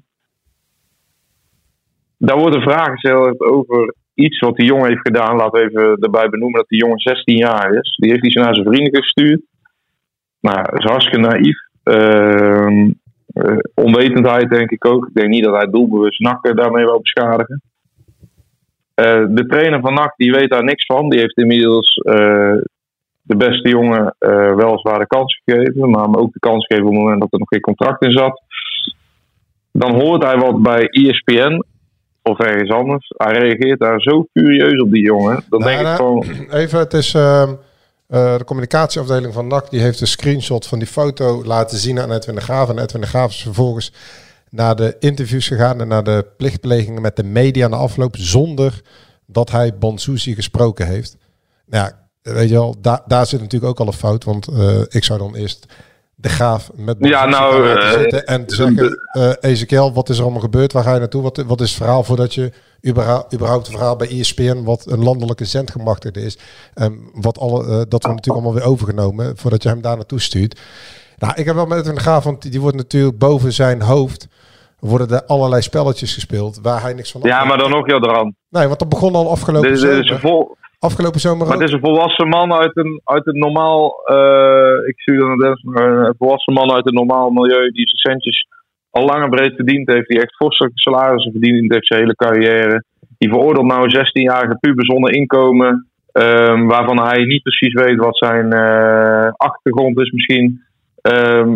Daar wordt een vraag gesteld over iets wat die jongen heeft gedaan. Laten we even erbij benoemen dat die jongen zestien jaar is. Die heeft hij naar zijn vrienden gestuurd. Nou, dat is hartstikke naïef. Uh, uh, onwetendheid denk ik ook. Ik denk niet dat hij doelbewust N A C daarmee wil beschadigen. Uh, de trainer van N A C die weet daar niks van. Die heeft inmiddels uh, de beste jongen uh, weliswaar de kans gegeven. Maar hem ook de kans gegeven op het moment dat er nog geen contract in zat. Dan hoort hij wat bij E S P N. Of ergens anders. Hij reageert daar zo furieus op die jongen. Dan Nou, denk ik nou, gewoon... Even, het is uh, uh, de communicatieafdeling van N A C. Die heeft een screenshot van die foto laten zien aan Edwin de Graaf. En Edwin de Graaf is vervolgens naar de interviews gegaan. En naar de plichtplegingen met de media aan de afloop. Zonder dat hij Banzuzi gesproken heeft. Nou ja, weet je wel, da- daar zit natuurlijk ook al een fout. Want uh, ik zou dan eerst de Graaf met ja, nou, uh, zitten en te zeggen, uh, Ezekiel, wat is er allemaal gebeurd? Waar ga je naartoe? Wat, wat is het verhaal voordat je überhaupt, überhaupt het verhaal bij E S P N, wat een landelijke zendgemachtigde is, um, wat alle, uh, dat we natuurlijk allemaal weer overgenomen, voordat je hem daar naartoe stuurt. Nou, ik heb wel met Edwin de Graaf, want die wordt natuurlijk boven zijn hoofd, worden er allerlei spelletjes gespeeld waar hij niks van Ja, af maar dan nog Jadran. Nee, want dat begon al afgelopen dit, zomer. Dit is vol... Afgelopen zomer Maar ook. het is een volwassen man uit een, uit een normaal... Uh, ik zie dan een volwassen man uit een normaal milieu die zijn centjes al lang en breed verdiend heeft. Die echt forse salarissen verdiend heeft zijn hele carrière. Die veroordeelt nou een zestienjarige puber zonder inkomen. Um, waarvan hij niet precies weet wat zijn uh, achtergrond is misschien. Um,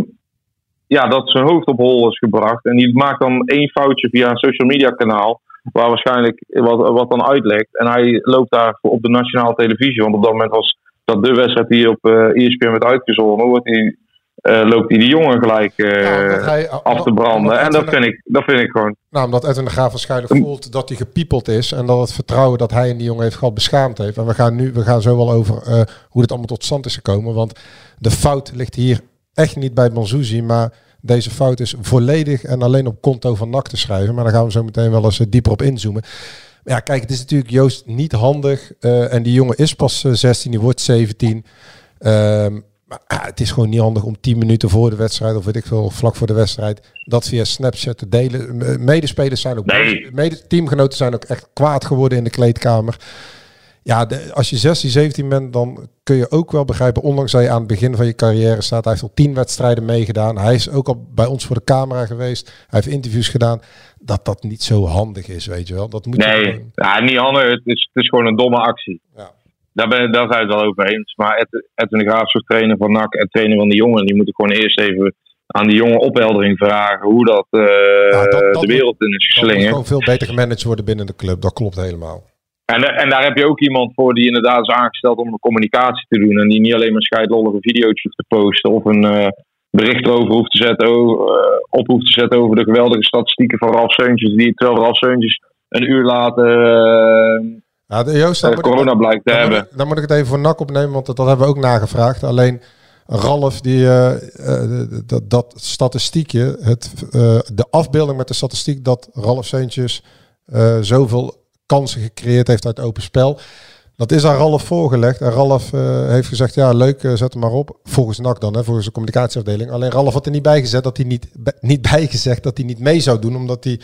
ja, dat zijn hoofd op hol is gebracht. En die maakt dan één foutje via een social media kanaal. Waar waarschijnlijk wat, wat dan uitlekt. En hij loopt daar op de nationale televisie. Want op dat moment was dat de wedstrijd die op uh, E S P N werd uitgezonden. Wordt die, uh, loopt hij die jongen gelijk uh, ja, hij, af te branden. En dat vind, ik, dat vind ik gewoon... Nou, omdat Edwin de Graaf waarschijnlijk um, voelt dat hij gepiepeld is. En dat het vertrouwen dat hij en die jongen heeft gehad beschaamd heeft. En we gaan nu we gaan zo wel over uh, hoe dit allemaal tot stand is gekomen. Want de fout ligt hier echt niet bij Manzouzi, maar... Deze fout is volledig en alleen op konto van N A C te schrijven. Maar daar gaan we zo meteen wel eens dieper op inzoomen. Maar ja, kijk, het is natuurlijk Joost niet handig. Uh, en die jongen is pas uh, zestien, die wordt zeventien. Uh, maar uh, het is gewoon niet handig om tien minuten voor de wedstrijd, of weet ik veel, vlak voor de wedstrijd, dat via Snapchat te delen. Uh, medespelers zijn ook, nee. mede, teamgenoten zijn ook echt kwaad geworden in de kleedkamer. Ja, de, als je zestien, zeventien bent, dan kun je ook wel begrijpen, ondanks dat je aan het begin van je carrière staat. Hij heeft al tien wedstrijden meegedaan. Hij is ook al bij ons voor de camera geweest. Hij heeft interviews gedaan. Dat dat niet zo handig is, weet je wel. Dat moet nee, je gewoon... ja, niet handig. Het is, het is gewoon een domme actie. Ja. Daar, ben, daar zijn we het wel over eens. Maar Edwin de Graaf, zo'n trainer van N A C en trainer van die jongen, die moeten gewoon eerst even aan die jongen opheldering vragen hoe dat, uh, ja, dat, dat de wereld in is geslingerd. Dat moet gewoon veel beter gemanaged worden binnen de club. Dat klopt helemaal. En, en daar heb je ook iemand voor die inderdaad is aangesteld om de communicatie te doen. En die niet alleen maar scheidlollige video's hoeft te posten. Of een uh, bericht erover hoeft te zetten, uh, op hoeft te zetten over de geweldige statistieken van Ralf Seuntjes. Die, terwijl Ralf Seuntjes een uur later uh, ja, de, Joost, dan uh, corona ik, blijkt te dan hebben. Moet ik, dan moet ik het even voor N A C opnemen, want dat, dat hebben we ook nagevraagd. Alleen Ralf, die, uh, uh, dat, dat statistiekje, het, uh, de afbeelding met de statistiek dat Ralf Seuntjes uh, zoveel kansen gecreëerd heeft uit open spel. Dat is aan Ralf voorgelegd. En Ralf uh, heeft gezegd, ja leuk, uh, zet hem maar op. Volgens N A C dan, hè, volgens de communicatieafdeling. Alleen Ralf had er niet bij gezet dat hij niet, be, niet bijgezegd dat hij niet mee zou doen. Omdat hij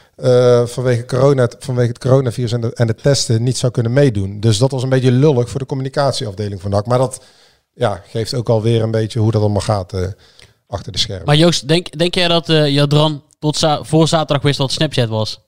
uh, vanwege, corona, vanwege het coronavirus en de, en de testen niet zou kunnen meedoen. Dus dat was een beetje lullig voor de communicatieafdeling van N A C. Maar dat ja, geeft ook alweer een beetje hoe dat allemaal gaat uh, achter de schermen. Maar Joost, denk, denk jij dat uh, Jadran tot za- voor zaterdag wist wat Snapchat was?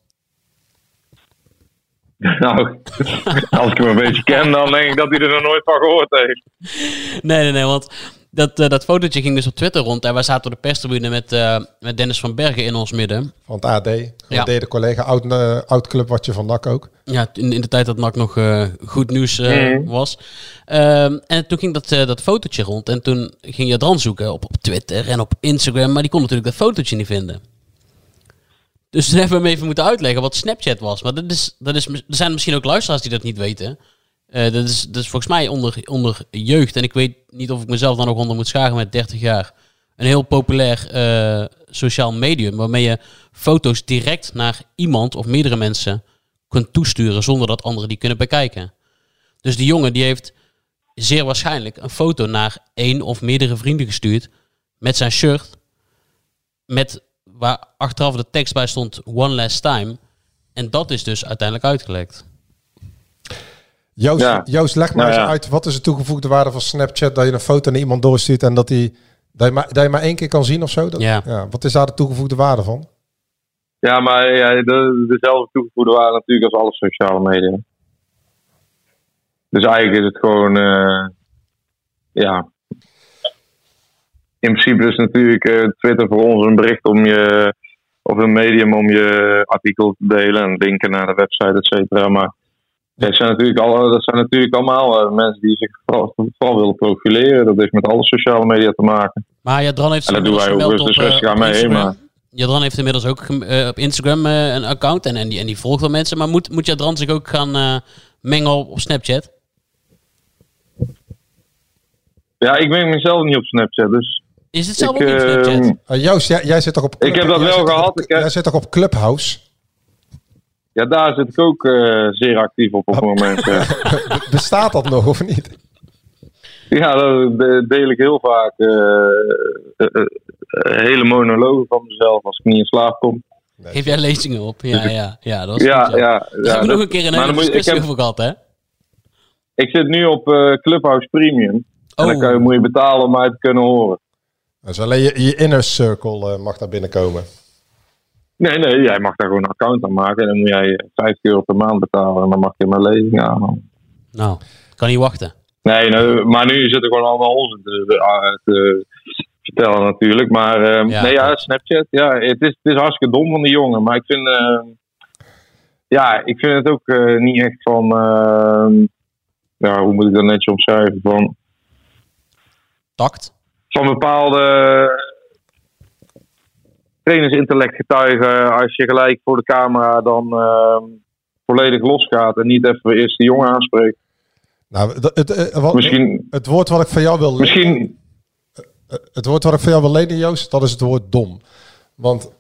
Nou, als ik hem een beetje ken, dan denk ik dat hij er nog nooit van gehoord heeft. Nee, nee, nee, want dat, uh, dat fotootje ging dus op Twitter rond. En wij zaten op de perstribune met, uh, met Dennis van Bergen in ons midden. Van het A D, gewaardeerde ja. collega, oud, uh, oud clubwatje van N A C ook. Ja, in, in de tijd dat N A C nog uh, goed nieuws uh, mm. was. Um, en toen ging dat, uh, dat fotootje rond. En toen ging Jadran zoeken op, op Twitter en op Instagram. Maar die kon natuurlijk dat fotootje niet vinden. Dus toen hebben we hem even moeten uitleggen wat Snapchat was. Maar dat is, dat is, er zijn misschien ook luisteraars die dat niet weten. Uh, dat, is, dat is volgens mij onder, onder jeugd. En ik weet niet of ik mezelf daar nog onder moet schagen met dertig jaar. Een heel populair uh, sociaal medium. Waarmee je foto's direct naar iemand of meerdere mensen kunt toesturen. Zonder dat anderen die kunnen bekijken. Dus die jongen die heeft zeer waarschijnlijk een foto naar één of meerdere vrienden gestuurd. Met zijn shirt. Met... waar achteraf de tekst bij stond One Last Time. En dat is dus uiteindelijk uitgelekt. Joost, ja. Joost leg maar nou, eens ja. uit. Wat is de toegevoegde waarde van Snapchat? Dat je een foto naar iemand doorstuurt en dat, die, dat, je, maar, dat je maar één keer kan zien of zo? Dat, ja. Ja, wat is daar de toegevoegde waarde van? Ja, maar ja, de, dezelfde toegevoegde waarde natuurlijk als alle sociale media. Dus eigenlijk is het gewoon... Uh, ja... In principe is natuurlijk uh, Twitter voor ons een bericht om je, of een medium om je artikel te delen en linken naar de website, et cetera. Maar dat zijn natuurlijk, al, dat zijn natuurlijk allemaal uh, mensen die zich vooral, vooral willen profileren. Dat heeft met alle sociale media te maken. Maar Jadran heeft en dat doen wij ook dus rustig aan mee. Maar... Jadran heeft inmiddels ook uh, op Instagram uh, een account en, en, die, en die volgt wel mensen. Maar moet, moet Jadran zich ook gaan uh, mengen op, op Snapchat? Ja, ik ben mezelf niet op Snapchat, dus... Is het zelf ik, ook niet op Snapchat? Uh, uh, Joost, jij, jij zit toch op... Ik heb dat wel gehad. Op, ik heb... Jij zit toch op Clubhouse? Ja, daar zit ik ook uh, zeer actief op op het moment. Uh. Bestaat dat nog, of niet? Ja, dat deel ik heel vaak. Uh, uh, uh, hele monologen van mezelf als ik niet in slaap kom. Nee. Geef jij lezingen op? Ja, ja, ja. Dat is ja, goed, ja. ja, Daar ja, hebben we dat, nog een keer een hele discussie over gehad, hè? Ik zit nu op uh, Clubhouse Premium. En oh. dan kan je, moet je betalen om mij te kunnen horen. Dus alleen je, je inner circle uh, mag daar binnenkomen. Nee, nee, jij mag daar gewoon een account aan maken. En dan moet jij vijftig euro per maand betalen. En dan mag je mijn lezingen aan. Nou, kan niet wachten. Nee, nee, maar nu zit er gewoon allemaal onzin te, te, te vertellen natuurlijk. Maar uh, ja, nee, ja, Snapchat, ja, het is, het is hartstikke dom van die jongen. Maar ik vind, uh, ja, ik vind het ook uh, niet echt van, uh, ja, hoe moet ik dat netjes omschrijven? Van tact? Van bepaalde trainersintellect getuigen als je gelijk voor de camera dan uh, volledig losgaat en niet even eerst de jongen aanspreekt. Nou, het, het, het, wat, misschien, het woord wat ik van jou wil misschien, lenen, het woord wat ik van jou wil lenen, Joost, dat is het woord dom. Want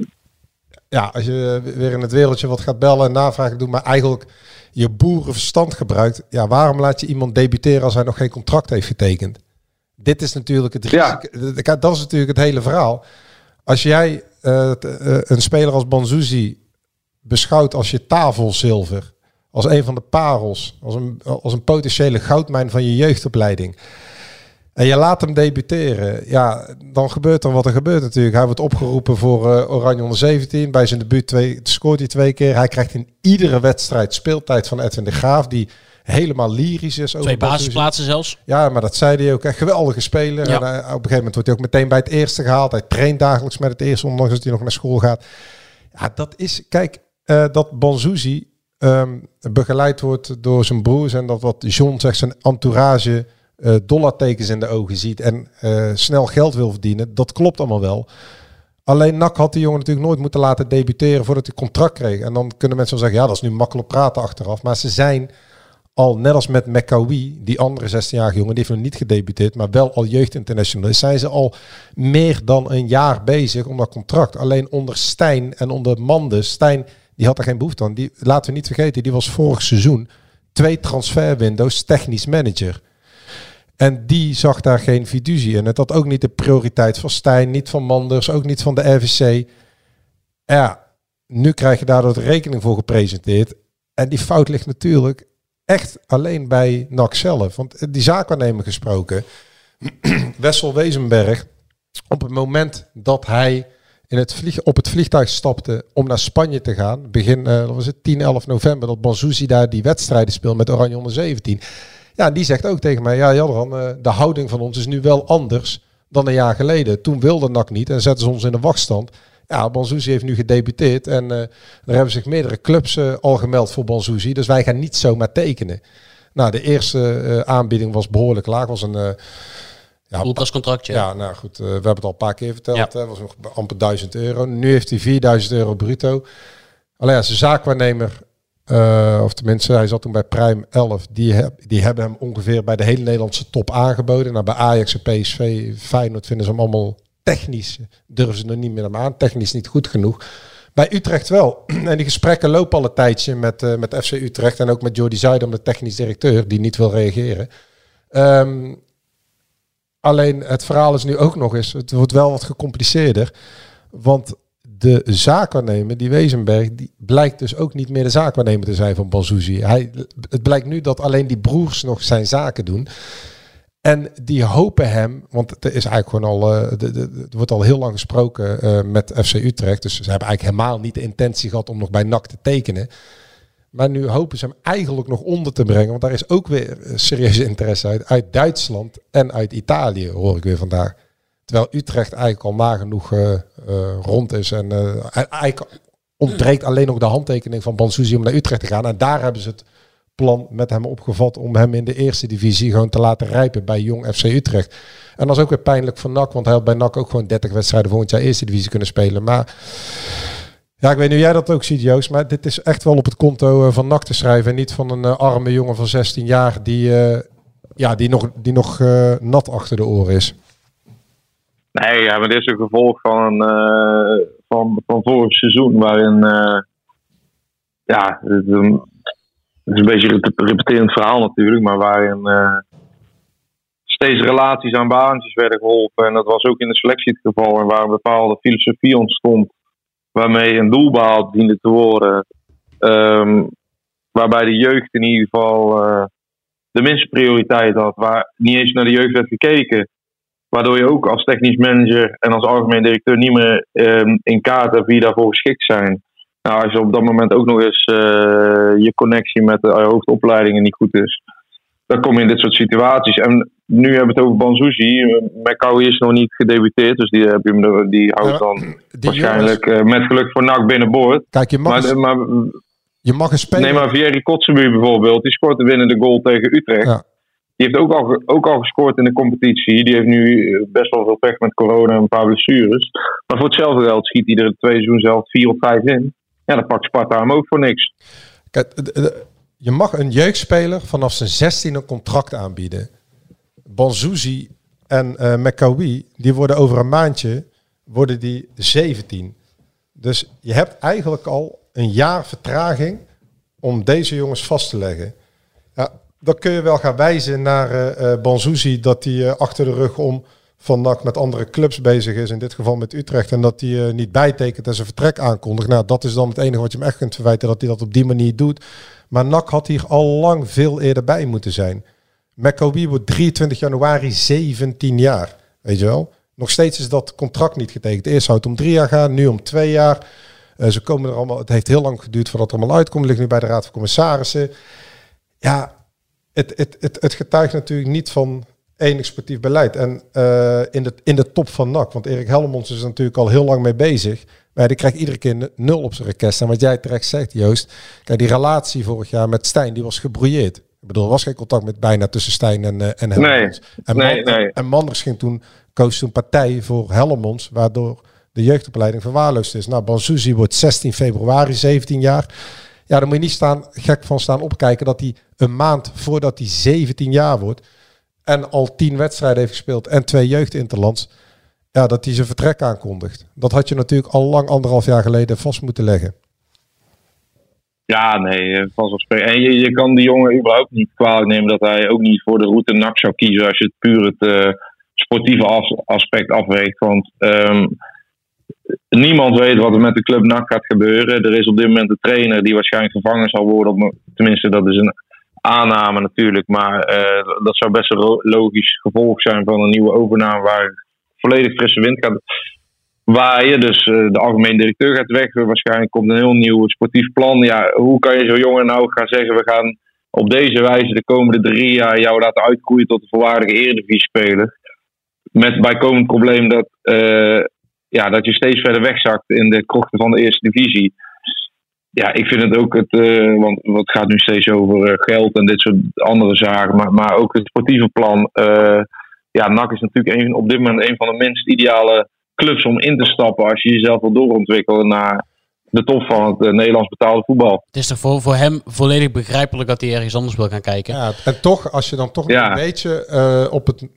ja, als je weer in het wereldje wat gaat bellen en navragen doen, maar eigenlijk je boerenverstand gebruikt, ja, waarom laat je iemand debuteren als hij nog geen contract heeft getekend? Dit is natuurlijk het risico. Ja. Dat is natuurlijk het hele verhaal. Als jij uh, t, uh, een speler als Banzuzi beschouwt als je tafelzilver, als een van de parels, als een, als een potentiële goudmijn van je jeugdopleiding, en je laat hem debuteren, ja, dan gebeurt er wat er gebeurt natuurlijk. Hij wordt opgeroepen voor uh, Oranje onder zeventien. Bij zijn debuut twee, scoort hij twee keer. Hij krijgt in iedere wedstrijd speeltijd van Edwin de Graaf, die helemaal lyrisch is. Over twee basisplaatsen zelfs. Ja, maar dat zei hij ook. Echt geweldige speler. Ja. En hij, op een gegeven moment wordt hij ook meteen bij het eerste gehaald. Hij traint dagelijks met het eerste, ondanks dat hij nog naar school gaat. Ja, dat is, kijk, uh, dat Banzuzi um, begeleid wordt door zijn broers en dat wat John zegt, zijn entourage uh, dollartekens in de ogen ziet en uh, snel geld wil verdienen. Dat klopt allemaal wel. Alleen N A C had die jongen natuurlijk nooit moeten laten debuteren voordat hij contract kreeg. En dan kunnen mensen wel zeggen, ja, dat is nu makkelijk praten achteraf. Maar ze zijn al, net als met Mekawi, die andere zestienjarige jongen, die heeft nog niet gedebuteerd, maar wel al jeugdinternational is, zijn ze al meer dan een jaar bezig om dat contract. Alleen onder Stijn en onder Mandes, Stijn, die had er geen behoefte aan. Die, laten we niet vergeten, die was vorig seizoen twee transferwindows technisch manager. En die zag daar geen fiducie in. Het had ook niet de prioriteit van Stijn, niet van Manders, ook niet van de R V C. Ja, nu krijg je daardoor de rekening voor gepresenteerd. En die fout ligt natuurlijk echt alleen bij N A C zelf. Want die zaakwaarnemer gesproken, Wessel Wezenberg, op het moment dat hij in het vlieg, op het vliegtuig stapte om naar Spanje te gaan, begin uh, was het tien, elf november, dat Banzuzi daar die wedstrijden speelt met Oranje onder zeventien. Ja, die zegt ook tegen mij, ja Jadran, uh, de houding van ons is nu wel anders dan een jaar geleden. Toen wilde N A C niet en zetten ze ons in de wachtstand. Ja, Banzuzi heeft nu gedebuteerd en uh, er hebben zich meerdere clubs uh, al gemeld voor Banzuzi. Dus wij gaan niet zomaar tekenen. Nou, de eerste uh, aanbieding was behoorlijk laag. Was een uh, ja, ultras contractje. Ja, nou goed, uh, we hebben het al een paar keer verteld. Het ja. was nog amper duizend euro. Nu heeft hij vierduizend euro bruto. Alleen als ja, zijn zaakwaarnemer, uh, of tenminste, hij zat toen bij Prime elf. Die, heb, die hebben hem ongeveer bij de hele Nederlandse top aangeboden. Nou, bij Ajax en P S V, Feyenoord vinden ze hem allemaal technisch. Durven ze er niet meer aan. Technisch niet goed genoeg. Bij Utrecht wel. En die gesprekken lopen al een tijdje met, uh, met F C Utrecht. En ook met Jordi Zuidam, de technisch directeur, die niet wil reageren. Um, alleen het verhaal is nu ook nog eens, het wordt wel wat gecompliceerder. Want de zaakwaarnemer, die Wezenberg, die blijkt dus ook niet meer de zaakwaarnemer te zijn van Banzuzi. Hij, het blijkt nu dat alleen die broers nog zijn zaken doen. En die hopen hem, want het is eigenlijk gewoon al, uh, de, de, er wordt al heel lang gesproken uh, met F C Utrecht. Dus ze hebben eigenlijk helemaal niet de intentie gehad om nog bij N A C te tekenen. Maar nu hopen ze hem eigenlijk nog onder te brengen. Want daar is ook weer serieuze interesse uit. Uit Duitsland en uit Italië, hoor ik weer vandaag. Terwijl Utrecht eigenlijk al nagenoeg uh, uh, rond is. En uh, eigenlijk ontbreekt alleen nog de handtekening van Banzuzi om naar Utrecht te gaan. En daar hebben ze het plan met hem opgevat om hem in de eerste divisie gewoon te laten rijpen bij jong F C Utrecht. En dat is ook weer pijnlijk voor N A C, want hij had bij N A C ook gewoon dertig wedstrijden volgend jaar eerste divisie kunnen spelen. Maar ja, ik weet niet hoe jij dat ook ziet, Joost, maar dit is echt wel op het konto van N A C te schrijven en niet van een uh, arme jongen van zestien jaar die uh, Ja, die nog, die nog uh, nat achter de oren is. Nee, ja, maar dit is een gevolg van, uh, van, van vorig seizoen, waarin, uh, ja, het, um, het is een beetje een repeterend verhaal natuurlijk, maar waarin uh, steeds relaties aan baantjes werden geholpen. En dat was ook in de selectie het geval, en waar een bepaalde filosofie ontstond, waarmee een doel behaald diende te worden. Um, waarbij de jeugd in ieder geval uh, de minste prioriteit had, waar niet eens naar de jeugd werd gekeken. Waardoor je ook als technisch manager en als algemeen directeur niet meer um, in kaart hebt wie daarvoor geschikt zijn. Nou, als je op dat moment ook nog eens uh, je connectie met de uh, hoofdopleidingen niet goed is, dan kom je in dit soort situaties. En nu hebben we het over Banzuzi. Mekawi is nog niet gedebuteerd, dus die, heb je, die houdt dan ja, waarschijnlijk uh, met geluk voor N A C binnenboord. Kijk, je mag, maar, eens, maar, je mag een speler... Nee, maar Vieri Kotzebuur bijvoorbeeld, die scoort de winnende goal tegen Utrecht. Ja. Die heeft ook al, ook al gescoord in de competitie. Die heeft nu best wel veel pech met corona en een paar blessures. Maar voor hetzelfde geld schiet hij er de twee seizoen zelf vier of vijf in. Ja, dan pakt Sparta hem ook voor niks. Kijk, je mag een jeugdspeler vanaf zijn zestien een contract aanbieden. Banzuzi en uh, Mekawi, die worden over een maandje worden die zeventien. Dus je hebt eigenlijk al een jaar vertraging om deze jongens vast te leggen. Ja, dan kun je wel gaan wijzen naar uh, uh, Banzuzi dat hij uh, achter de rug om van N A C met andere clubs bezig is. In dit geval met Utrecht. En dat hij uh, niet bijtekent en zijn vertrek aankondigt. Nou, dat is dan het enige wat je hem echt kunt verwijten. Dat hij dat op die manier doet. Maar N A C had hier al lang veel eerder bij moeten zijn. Mekawi wordt drieëntwintig januari zeventien jaar. Weet je wel? Nog steeds is dat contract niet getekend. Eerst zou het om drie jaar gaan. Nu om twee jaar. Uh, ze komen er allemaal. Het heeft heel lang geduurd voordat het allemaal uitkomt. Het ligt nu bij de Raad van Commissarissen. Ja... Het, het, het, het getuigt natuurlijk niet van enig sportief beleid. En uh, in, de, in de top van N A C. Want Erik Hellemons is er natuurlijk al heel lang mee bezig. Maar die krijgt iedere keer nul op zijn rekest. En wat jij terecht zegt, Joost. Kijk, die relatie vorig jaar met Stijn, die was gebrouilleerd. Ik bedoel, er was geen contact met bijna tussen Stijn en, uh, en Hellemons. Nee, en, nee, Man, nee. en Manders ging toen, koos toen partij voor Hellemons. Waardoor de jeugdopleiding verwaarloosd is. Nou, Banzuzi wordt zestien februari zeventien jaar. Ja, dan moet je niet staan, gek van staan opkijken dat hij een maand voordat hij zeventien jaar wordt en al tien wedstrijden heeft gespeeld en twee jeugdinterlands, ja, dat hij zijn vertrek aankondigt. Dat had je natuurlijk al lang anderhalf jaar geleden vast moeten leggen. Ja, nee, vanzelfsprekend. En je, je kan die jongen überhaupt niet kwalijk nemen dat hij ook niet voor de route N A C zou kiezen als je het puur het uh, sportieve as- aspect afweegt. Want um, niemand weet wat er met de club N A C gaat gebeuren. Er is op dit moment een trainer die waarschijnlijk vervangen zal worden. Tenminste, dat is een aanname natuurlijk. Maar uh, dat zou best een logisch gevolg zijn van een nieuwe overname waar volledig frisse wind gaat waaien. Dus uh, de algemeen directeur gaat weg. Waarschijnlijk komt een heel nieuw sportief plan. Ja, hoe kan je zo'n jongen nou gaan zeggen, we gaan op deze wijze de komende drie jaar jou laten uitgroeien tot een volwaardige eredivisie-speler. Met het bijkomend probleem dat, uh, ja, dat je steeds verder wegzakt in de krochten van de eerste divisie. Ja, ik vind het ook het, uh, want het gaat nu steeds over uh, geld en dit soort andere zaken, maar, maar ook het sportieve plan. Uh, ja, N A C is natuurlijk een, op dit moment een van de minst ideale clubs om in te stappen als je jezelf wil doorontwikkelen naar de top van het uh, Nederlands betaalde voetbal. Het is toch voor, voor hem volledig begrijpelijk dat hij ergens anders wil gaan kijken. Ja, en toch, als je dan toch ja. een beetje uh, op het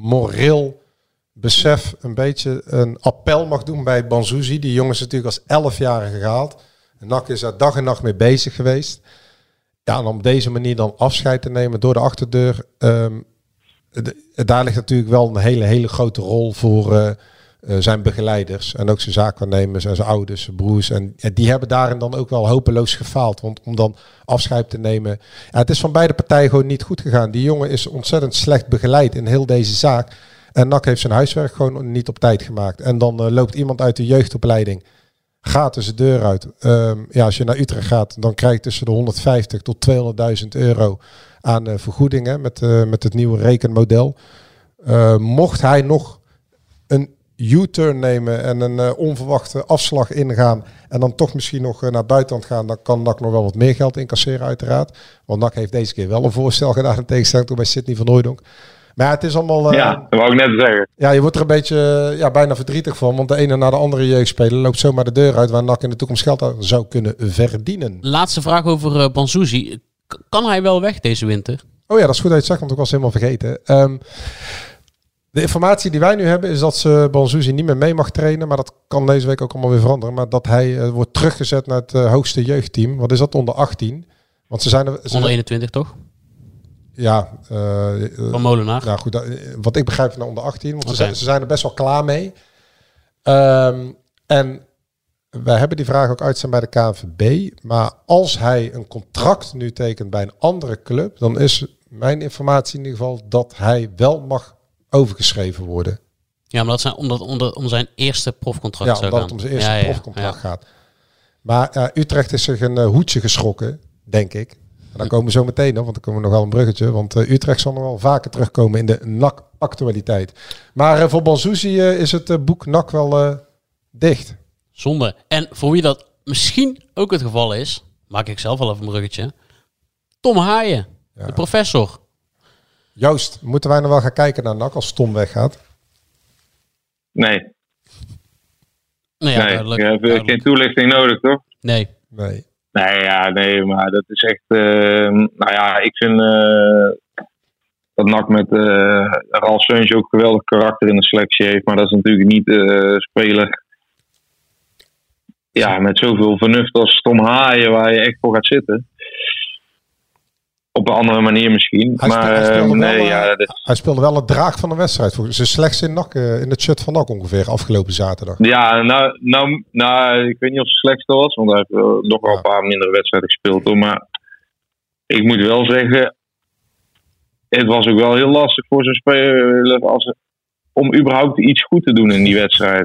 moreel besef een beetje een appel mag doen bij Banzuzi. Die jongen is natuurlijk als elfjarige gehaald. N A C is daar dag en nacht mee bezig geweest. Ja, en om op deze manier dan afscheid te nemen door de achterdeur. Um, de, daar ligt natuurlijk wel een hele, hele grote rol voor uh, uh, zijn begeleiders. En ook zijn zaakwaarnemers en zijn ouders, zijn broers. En ja, die hebben daarin dan ook wel hopeloos gefaald. Want om dan afscheid te nemen. Ja, het is van beide partijen gewoon niet goed gegaan. Die jongen is ontzettend slecht begeleid in heel deze zaak. En N A C heeft zijn huiswerk gewoon niet op tijd gemaakt. En dan uh, loopt iemand uit de jeugdopleiding. Gaat dus de deur uit. Um, ja, als je naar Utrecht gaat, dan krijg je tussen de honderdvijftig tot tweehonderdduizend euro aan uh, vergoedingen met, uh, met het nieuwe rekenmodel. Uh, mocht hij nog een U-turn nemen en een uh, onverwachte afslag ingaan en dan toch misschien nog uh, naar buitenland gaan, dan kan N A C nog wel wat meer geld incasseren uiteraard. Want N A C heeft deze keer wel een voorstel gedaan in tegenstelling tot bij Sidney van Hooijdonk. Maar ja, het is allemaal... Uh, ja, dat wou ik net zeggen. Ja, je wordt er een beetje ja, bijna verdrietig van. Want de ene na de andere jeugdspeler loopt zomaar de deur uit waar N A C in de toekomst geld aan zou kunnen verdienen. Laatste vraag over uh, Banzuzi. K- kan hij wel weg deze winter? Oh ja, dat is goed dat je het zegt, want ik was helemaal vergeten. Um, de informatie die wij nu hebben is dat ze Banzuzi niet meer mee mag trainen. Maar dat kan deze week ook allemaal weer veranderen. Maar dat hij uh, wordt teruggezet naar het uh, hoogste jeugdteam. Wat is dat? onder achttien? Want ze zijn er, ze onder eenentwintig toch? Ja. Uh, Van Molenaar. Nou goed, uh, wat ik begrijp naar onder achttien. Want okay. ze, zijn, ze zijn er best wel klaar mee. Um, en wij hebben die vraag ook uitstaan bij de K N V B. Maar als hij een contract nu tekent bij een andere club, dan is mijn informatie in ieder geval dat hij wel mag overgeschreven worden. Ja, maar dat zijn omdat onder om zijn eerste profcontract ja, zou omdat gaan. het om zijn eerste ja, ja, profcontract ja. gaat. Maar uh, Utrecht is zich een uh, hoedje geschrokken, denk ik. En daar komen we zo meteen op, want dan komen we nog wel een bruggetje. Want uh, Utrecht zal nog wel vaker terugkomen in de N A C-actualiteit. Maar uh, voor Banzuzi uh, is het uh, boek N A C wel uh, dicht. Zonde. En voor wie dat misschien ook het geval is, maak ik zelf wel even een bruggetje. Tom Haaien, ja. de professor. Joost, moeten wij nog wel gaan kijken naar N A C als Tom weggaat? Nee. Nou ja, nee, duidelijk, je hebt duidelijk. geen toelichting nodig, toch? Nee. Nee. Nee, ja, nee, maar dat is echt... Uh, nou ja, ik vind uh, dat N A C met uh, Ralf Seuntje ook geweldig karakter in de selectie heeft. Maar dat is natuurlijk niet uh, speler... Ja, met zoveel vernuft als Tom Haaien waar je echt voor gaat zitten. Op een andere manier misschien. Hij maar speelde, hij speelde nee, wel, ja, dit... hij speelde wel het draag van de wedstrijd. Ze slechts in N A C, uh, in het shirt van N A C ongeveer afgelopen zaterdag. Ja, nou, nou, nou ik weet niet of het slechtste was. Want hij heeft uh, nog wel ja. een paar mindere wedstrijden gespeeld. Hoor, maar ik moet wel zeggen... Het was ook wel heel lastig voor zo'n speler als, om überhaupt iets goed te doen in die wedstrijd.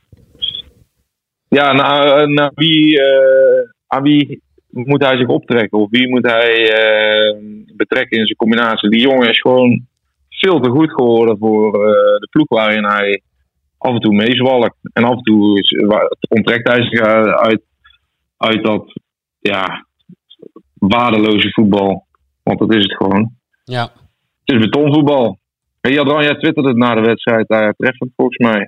Ja, naar, naar wie, uh, aan wie moet hij zich optrekken? Of wie moet hij uh, betrekken in zijn combinatie? Die jongen is gewoon veel te goed geworden voor uh, de ploeg waarin hij af en toe meezwalkt. En af en toe is, onttrekt hij zich uit, uit dat ja, waardeloze voetbal. Want dat is het gewoon. Ja. Het is betonvoetbal. Hey, Jadran, jij twitterde het na de wedstrijd uh, treffend volgens mij.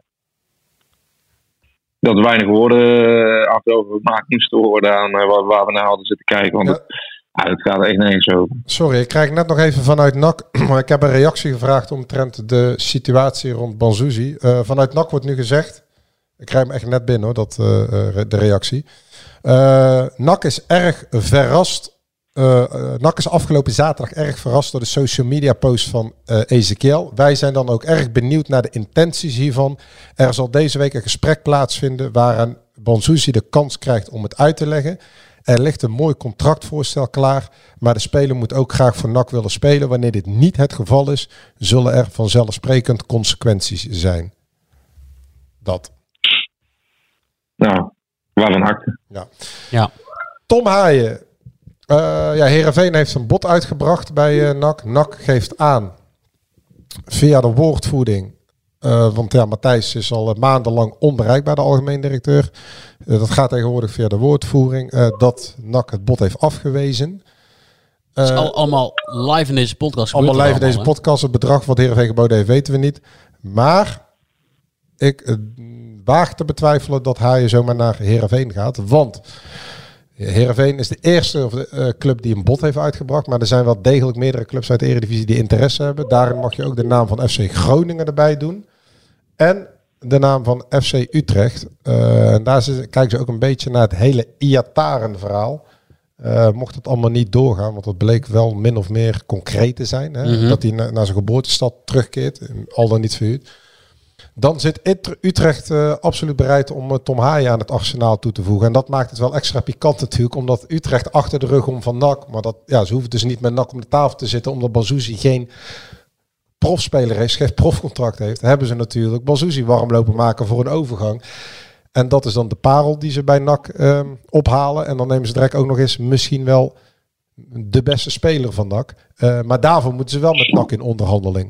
Dat er weinig woorden achterover gemaakt moesten worden aan uh, waar, waar we naar hadden zitten kijken. Want ja. het, ja, het gaat er echt nergens over. Sorry, ik krijg net nog even vanuit N A C. Maar ik heb een reactie gevraagd omtrent de situatie rond Banzuzi. Uh, vanuit N A C wordt nu gezegd. Ik krijg hem echt net binnen hoor, dat, uh, de reactie. Uh, N A C is erg verrast. Uh, uh, N A C is afgelopen zaterdag erg verrast door de social media post van uh, Ezekiel. Wij zijn dan ook erg benieuwd naar de intenties hiervan. Er zal deze week een gesprek plaatsvinden waaraan Banzuzi de kans krijgt om het uit te leggen. Er ligt een mooi contractvoorstel klaar, maar de speler moet ook graag voor N A C willen spelen. Wanneer dit niet het geval is, zullen er vanzelfsprekend consequenties zijn. Dat. Nou, waar een acte. Ja. ja. Tom Haaien. Uh, ja, Heerenveen heeft een bod uitgebracht bij uh, N A C. N A C geeft aan via de woordvoering. Uh, want ja, Matthijs is al uh, maandenlang onbereikbaar, de algemeen directeur. Uh, dat gaat tegenwoordig via de woordvoering. Uh, dat N A C het bod heeft afgewezen. Uh, het is al, allemaal live in deze podcast. Allemaal live in deze hè? podcast. Het bedrag wat Heerenveen geboden heeft, weten we niet. Maar ik uh, waag te betwijfelen dat hij zomaar naar Heerenveen gaat. Want Heerenveen is de eerste of de, uh, club die een bod heeft uitgebracht. Maar er zijn wel degelijk meerdere clubs uit de Eredivisie die interesse hebben. Daarin mag je ook de naam van F C Groningen erbij doen. En de naam van F C Utrecht. Uh, en daar ze, kijken ze ook een beetje naar het hele Iataren verhaal. Uh, mocht het allemaal niet doorgaan, want dat bleek wel min of meer concreet te zijn. Hè? Mm-hmm. Dat hij na, naar zijn geboortestad terugkeert, al dan niet verhuurd. Dan zit Utrecht uh, absoluut bereid om uh, Tom Haaien aan het arsenaal toe te voegen. En dat maakt het wel extra pikant natuurlijk, omdat Utrecht achter de rug om van N A C. Maar dat, ja, ze hoeven dus niet met N A C om de tafel te zitten, omdat Banzuzi geen profspeler is, geen profcontract heeft. Hebben ze natuurlijk Banzuzi warm lopen maken voor een overgang. En dat is dan de parel die ze bij N A C uh, ophalen. En dan nemen ze direct ook nog eens misschien wel de beste speler van N A C. Uh, maar daarvoor moeten ze wel met N A C in onderhandeling.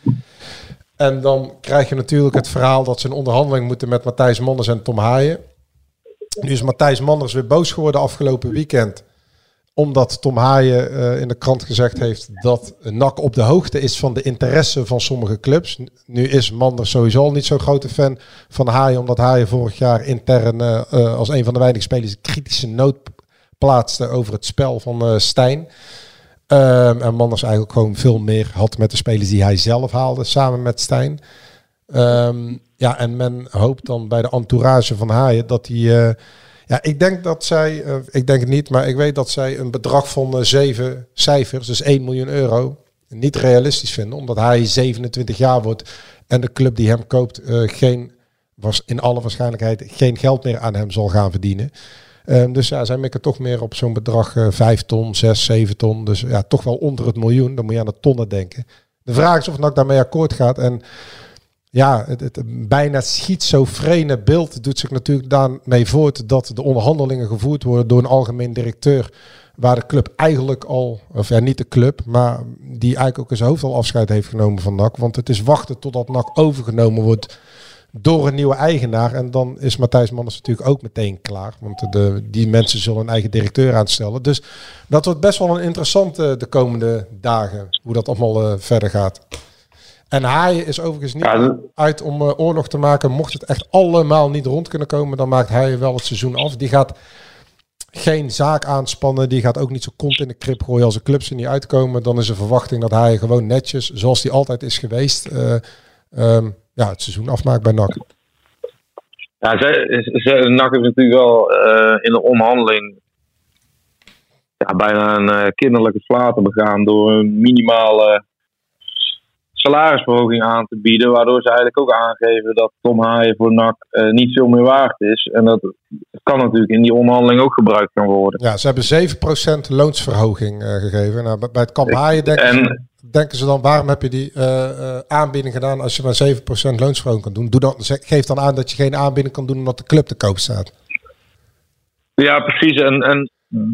En dan krijg je natuurlijk het verhaal dat ze in onderhandeling moeten met Matthijs Manders en Tom Haaien. Nu is Matthijs Manders weer boos geworden afgelopen weekend. Omdat Tom Haaien uh, in de krant gezegd heeft dat N A C op de hoogte is van de interesse van sommige clubs. Nu is Manders sowieso al niet zo'n grote fan van Haaien. Omdat Haaien vorig jaar intern uh, uh, als een van de weinige spelers een kritische noot plaatste over het spel van uh, Stijn. Um, en Manders eigenlijk gewoon veel meer had met de spelers die hij zelf haalde, samen met Stijn. Um, ja, en men hoopt dan bij de entourage van Haaien dat hij... Uh, ja, ik denk dat zij, uh, ik denk het niet, maar ik weet dat zij een bedrag van uh, zeven cijfers, dus één miljoen euro, niet realistisch vinden. Omdat hij zevenentwintig jaar wordt en de club die hem koopt uh, geen, was in alle waarschijnlijkheid geen geld meer aan hem zal gaan verdienen. Um, dus ja, zij mikken toch meer op zo'n bedrag uh, vijf ton, zes, zeven ton. Dus ja, toch wel onder het miljoen. Dan moet je aan de tonnen denken. De vraag is of N A C daarmee akkoord gaat. En ja, het, het bijna schizofrene beeld doet zich natuurlijk daarmee voort dat de onderhandelingen gevoerd worden door een algemeen directeur. Waar de club eigenlijk al, of ja, niet de club, maar die eigenlijk ook in zijn hoofd al afscheid heeft genomen van N A C. Want het is wachten totdat N A C overgenomen wordt door een nieuwe eigenaar. En dan is Matthijs Manders natuurlijk ook meteen klaar. Want de, die mensen zullen een eigen directeur aanstellen. Dus dat wordt best wel een interessante de komende dagen. Hoe dat allemaal uh, verder gaat. En Haaien is overigens niet ja, uit om uh, oorlog te maken. Mocht het echt allemaal niet rond kunnen komen, dan maakt Haaien wel het seizoen af. Die gaat geen zaak aanspannen. Die gaat ook niet zo kont in de krip gooien als de clubs er niet uitkomen. Dan is de verwachting dat Haaien gewoon netjes, zoals die altijd is geweest, Uh, um, ja, het seizoen afmaakt bij N A C. Ja, ze, ze, N A C heeft natuurlijk wel uh, in de onderhandeling ja, bijna een uh, kinderlijke flater begaan door een minimale salarisverhoging aan te bieden, waardoor ze eigenlijk ook aangeven dat Tom Haaien voor N A C uh, niet veel meer waard is. En dat kan natuurlijk in die onderhandeling ook gebruikt gaan worden. Ja, ze hebben zeven procent loonsverhoging uh, gegeven. Nou, bij het kamp Haaien denken, en, ze, denken ze dan, waarom heb je die uh, uh, aanbieding gedaan als je maar zeven procent loonsverhoging kan doen? Doe dan, geef dan aan dat je geen aanbieding kan doen omdat de club te koop staat. Ja, precies. En, en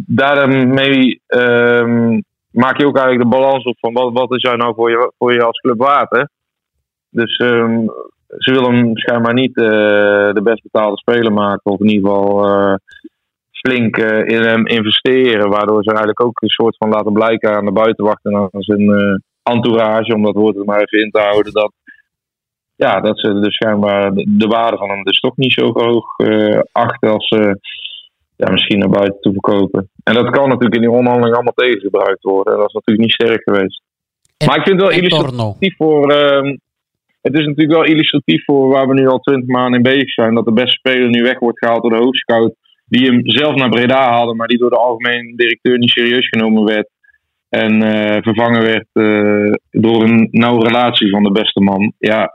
daarmee um, maak je ook eigenlijk de balans op van wat, wat is jij nou voor je, voor je als club waard, hè? Dus um, ze willen schijnbaar niet uh, de best betaalde speler maken, of in ieder geval uh, flink uh, in hem investeren, waardoor ze eigenlijk ook een soort van laten blijken aan de buitenwacht en aan zijn uh, entourage, om dat woord er maar even in te houden, dat, ja, dat ze dus schijnbaar de, de waarde van hem dus toch niet zo hoog uh, achten als ze uh, ja, misschien naar buiten toe verkopen. En dat kan natuurlijk in die onderhandeling allemaal tegengebruikt worden. En dat is natuurlijk niet sterk geweest. En, maar ik vind het wel illustratief voor... Um, het is natuurlijk wel illustratief voor waar we nu al twintig maanden in bezig zijn. Dat de beste speler nu weg wordt gehaald door de hoofdscout. Die hem zelf naar Breda haalde, maar die door de algemeen directeur niet serieus genomen werd. En uh, vervangen werd uh, door een nauwe relatie van de beste man. Ja,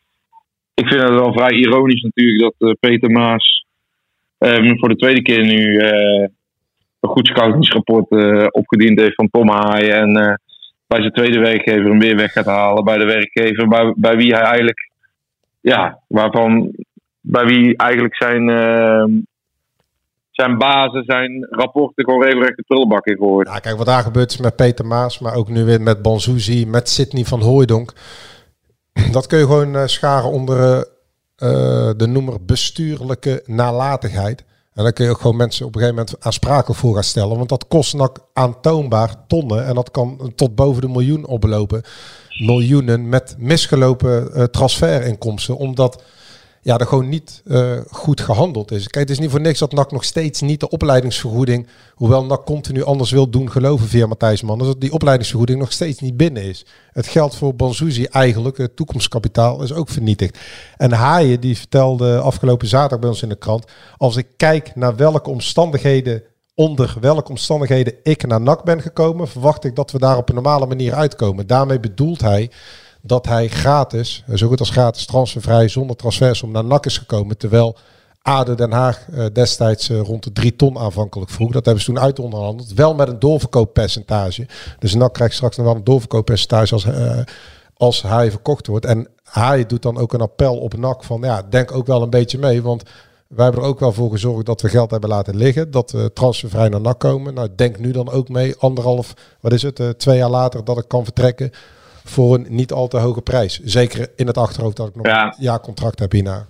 ik vind het wel vrij ironisch natuurlijk dat uh, Peter Maas Um, voor de tweede keer nu uh, een goed scoutingsrapport uh, opgediend heeft van Tom Haaien. En uh, bij zijn tweede werkgever hem weer weg gaat halen. Bij de werkgever bij, bij wie hij eigenlijk, ja, waarvan, bij wie eigenlijk zijn, uh, zijn bazen, zijn rapporten gewoon regelrecht de prullenbak in gooien. Ja, kijk, wat daar gebeurt is met Peter Maas, maar ook nu weer met Banzuzi, met Sidney van Hooijdonk. Dat kun je gewoon uh, scharen onder Uh, Uh, de noemer bestuurlijke nalatigheid. En dan kun je ook gewoon mensen op een gegeven moment aansprakelijk voor gaan stellen. Want dat kost N A C aantoonbaar tonnen. En dat kan tot boven de miljoen oplopen. Miljoenen met misgelopen uh, transferinkomsten. Omdat ja, er gewoon niet uh, goed gehandeld is. Kijk, het is niet voor niks dat N A C nog steeds niet de opleidingsvergoeding, hoewel N A C continu anders wil doen geloven via Matthijs Manders, dat die opleidingsvergoeding nog steeds niet binnen is. Het geld voor Banzuzi eigenlijk, het toekomstkapitaal, is ook vernietigd. En Haaien, die vertelde afgelopen zaterdag bij ons in de krant, als ik kijk naar welke omstandigheden, onder welke omstandigheden ik naar N A C ben gekomen, verwacht ik dat we daar op een normale manier uitkomen. Daarmee bedoelt hij dat hij gratis, zo goed als gratis, transfervrij, zonder transfersom naar N A C is gekomen. Terwijl A D O Den Haag uh, destijds uh, rond de drie ton aanvankelijk vroeg. Dat hebben ze toen uitonderhandeld. Wel met een doorverkooppercentage. Dus N A C krijgt straks nog wel een doorverkooppercentage als, uh, als hij verkocht wordt. En hij doet dan ook een appel op N A C van, ja, denk ook wel een beetje mee. Want wij hebben er ook wel voor gezorgd dat we geld hebben laten liggen. Dat we transfervrij naar N A C komen. Nou, denk nu dan ook mee, anderhalf, wat is het, uh, twee jaar later dat ik kan vertrekken voor een niet al te hoge prijs. Zeker in het achterhoofd dat ik nog ja. een jaarcontract heb hierna.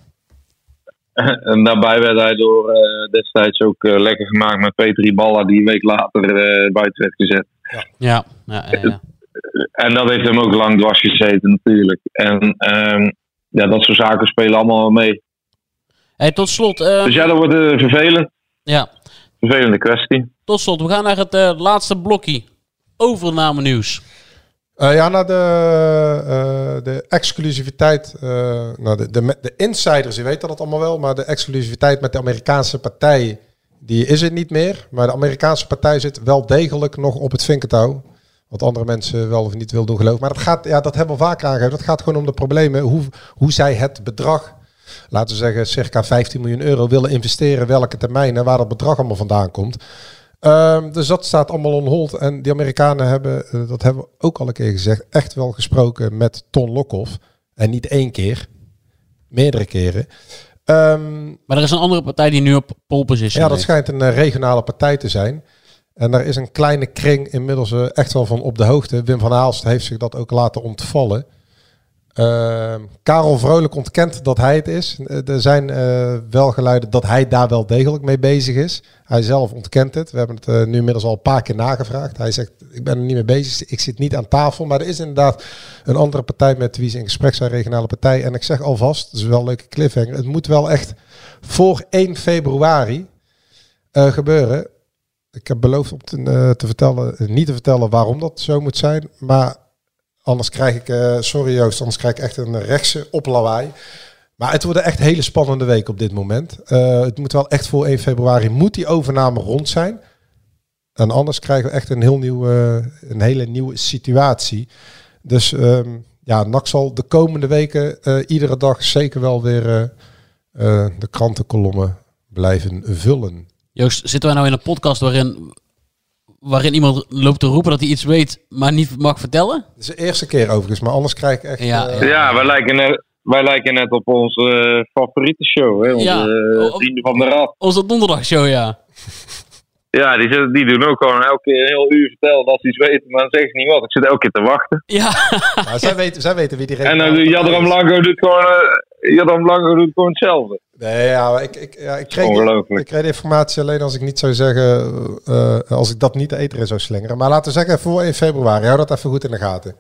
En daarbij werd hij door uh, destijds ook uh, lekker gemaakt met Peter Iballa, die een week later uh, buiten werd gezet. Ja. Ja, ja, ja, ja. En dat heeft hem ook lang dwars gezeten natuurlijk. En um, ja, dat soort zaken spelen allemaal mee. Hey, tot slot. Uh, dus ja, dat wordt uh, vervelend. Ja. Vervelende kwestie. Tot slot, we gaan naar het uh, laatste blokje. overname-nieuws. Uh, ja, nou de, uh, de exclusiviteit, uh, nou de, de, de insiders, je weet dat allemaal wel, maar de exclusiviteit met de Amerikaanse partij, die is het niet meer. Maar de Amerikaanse partij zit wel degelijk nog op het vinkentouw. Wat andere mensen wel of niet willen doen geloven. Maar dat gaat, ja, dat hebben we vaak aangegeven. Dat gaat gewoon om de problemen, hoe, hoe zij het bedrag, laten we zeggen circa vijftien miljoen euro, willen investeren, welke termijn en waar dat bedrag allemaal vandaan komt. Um, dus dat staat allemaal on hold. En die Amerikanen hebben, uh, dat hebben we ook al een keer gezegd, echt wel gesproken met Ton Lokhoff. En niet één keer, meerdere keren. Um, maar er is een andere partij die nu op pole position Ja, dat heeft. schijnt een uh, regionale partij te zijn. En daar is een kleine kring inmiddels uh, echt wel van op de hoogte. Wim van Aalst heeft zich dat ook laten ontvallen. Uh, Karel Vrolijk ontkent dat hij het is. Uh, er zijn uh, wel geluiden dat hij daar wel degelijk mee bezig is. Hij zelf ontkent het. We hebben het uh, nu inmiddels al een paar keer nagevraagd. Hij zegt, ik ben er niet mee bezig. Ik zit niet aan tafel. Maar er is inderdaad een andere partij met wie ze in gesprek zijn, regionale partij. En ik zeg alvast, dat is wel een leuke cliffhanger. Het moet wel echt voor één februari uh, gebeuren. Ik heb beloofd om te, uh, te vertellen, niet te vertellen waarom dat zo moet zijn. Maar anders krijg ik, uh, sorry Joost, anders krijg ik echt een rechtse oplawaai. Maar het wordt echt een hele spannende week op dit moment. Uh, het moet wel echt voor één februari, moet die overname rond zijn. En anders krijgen we echt een, heel nieuw, uh, een hele nieuwe situatie. Dus um, ja, N A C zal de komende weken uh, iedere dag zeker wel weer uh, uh, de krantenkolommen blijven vullen. Joost, zitten wij nou in een podcast waarin, waarin iemand loopt te roepen dat hij iets weet, maar niet mag vertellen? Het is de eerste keer overigens, maar anders krijg ik echt... Ja, uh, Ja, ja wij, lijken net, wij lijken net op onze uh, favoriete show, hè? Onze Ja, uh, op- vrienden van de Rad. Onze donderdagshow, ja. Ja, die, zitten- die doen ook gewoon elke keer een heel uur vertellen dat ze iets weten, maar dan zeggen ze niet wat. Ik zit elke keer te wachten. Ja, maar zij, weten, zij weten wie die En dan regionale doet partij Jadram is. Blanco doet gewoon, uh, Jadram Blanco doet gewoon hetzelfde. Nee, ja, maar ik, ik, ja, ik, kreeg, Ongelooflijk. ik kreeg de informatie alleen als ik niet zou zeggen, uh, als ik dat niet de eten in zou slingeren. Maar laten we zeggen, voor één februari, hou dat even goed in de gaten.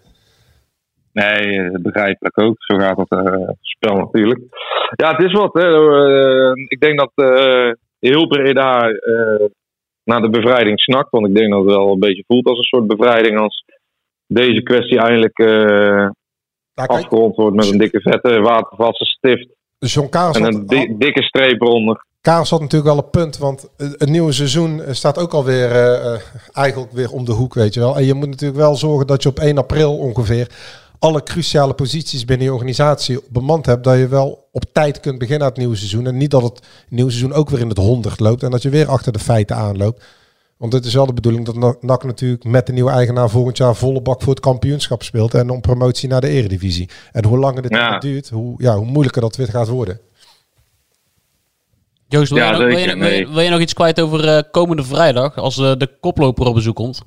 Nee, uh, begrijpelijk ook. Zo gaat het uh, spel natuurlijk. Ja, het is wat. Hè. Uh, ik denk dat uh, heel Breda uh, naar de bevrijding snakt. Want ik denk dat het wel een beetje voelt als een soort bevrijding. Als deze kwestie eindelijk uh, Nou, kijk, afgerond wordt met een dikke vette watervaste stift. dus John Karels En had, een di- dikke streep eronder. Karels had natuurlijk wel een punt, want het nieuwe seizoen staat ook alweer uh, uh, eigenlijk weer om de hoek, weet je wel. En je moet natuurlijk wel zorgen dat je op één april ongeveer alle cruciale posities binnen je organisatie bemand hebt, dat je wel op tijd kunt beginnen aan het nieuwe seizoen. En niet dat het nieuwe seizoen ook weer in het honderd loopt en dat je weer achter de feiten aanloopt. Want het is wel de bedoeling dat N A C natuurlijk met de nieuwe eigenaar volgend jaar volle bak voor het kampioenschap speelt en om promotie naar de eredivisie. En hoe langer dit Ja. duurt, hoe, ja, hoe moeilijker dat weer gaat worden. Joost, wil, Ja, je, nog, wil, zeker, je, wil, je, nee. wil je nog iets kwijt over uh, komende vrijdag, als uh, de koploper op bezoek komt?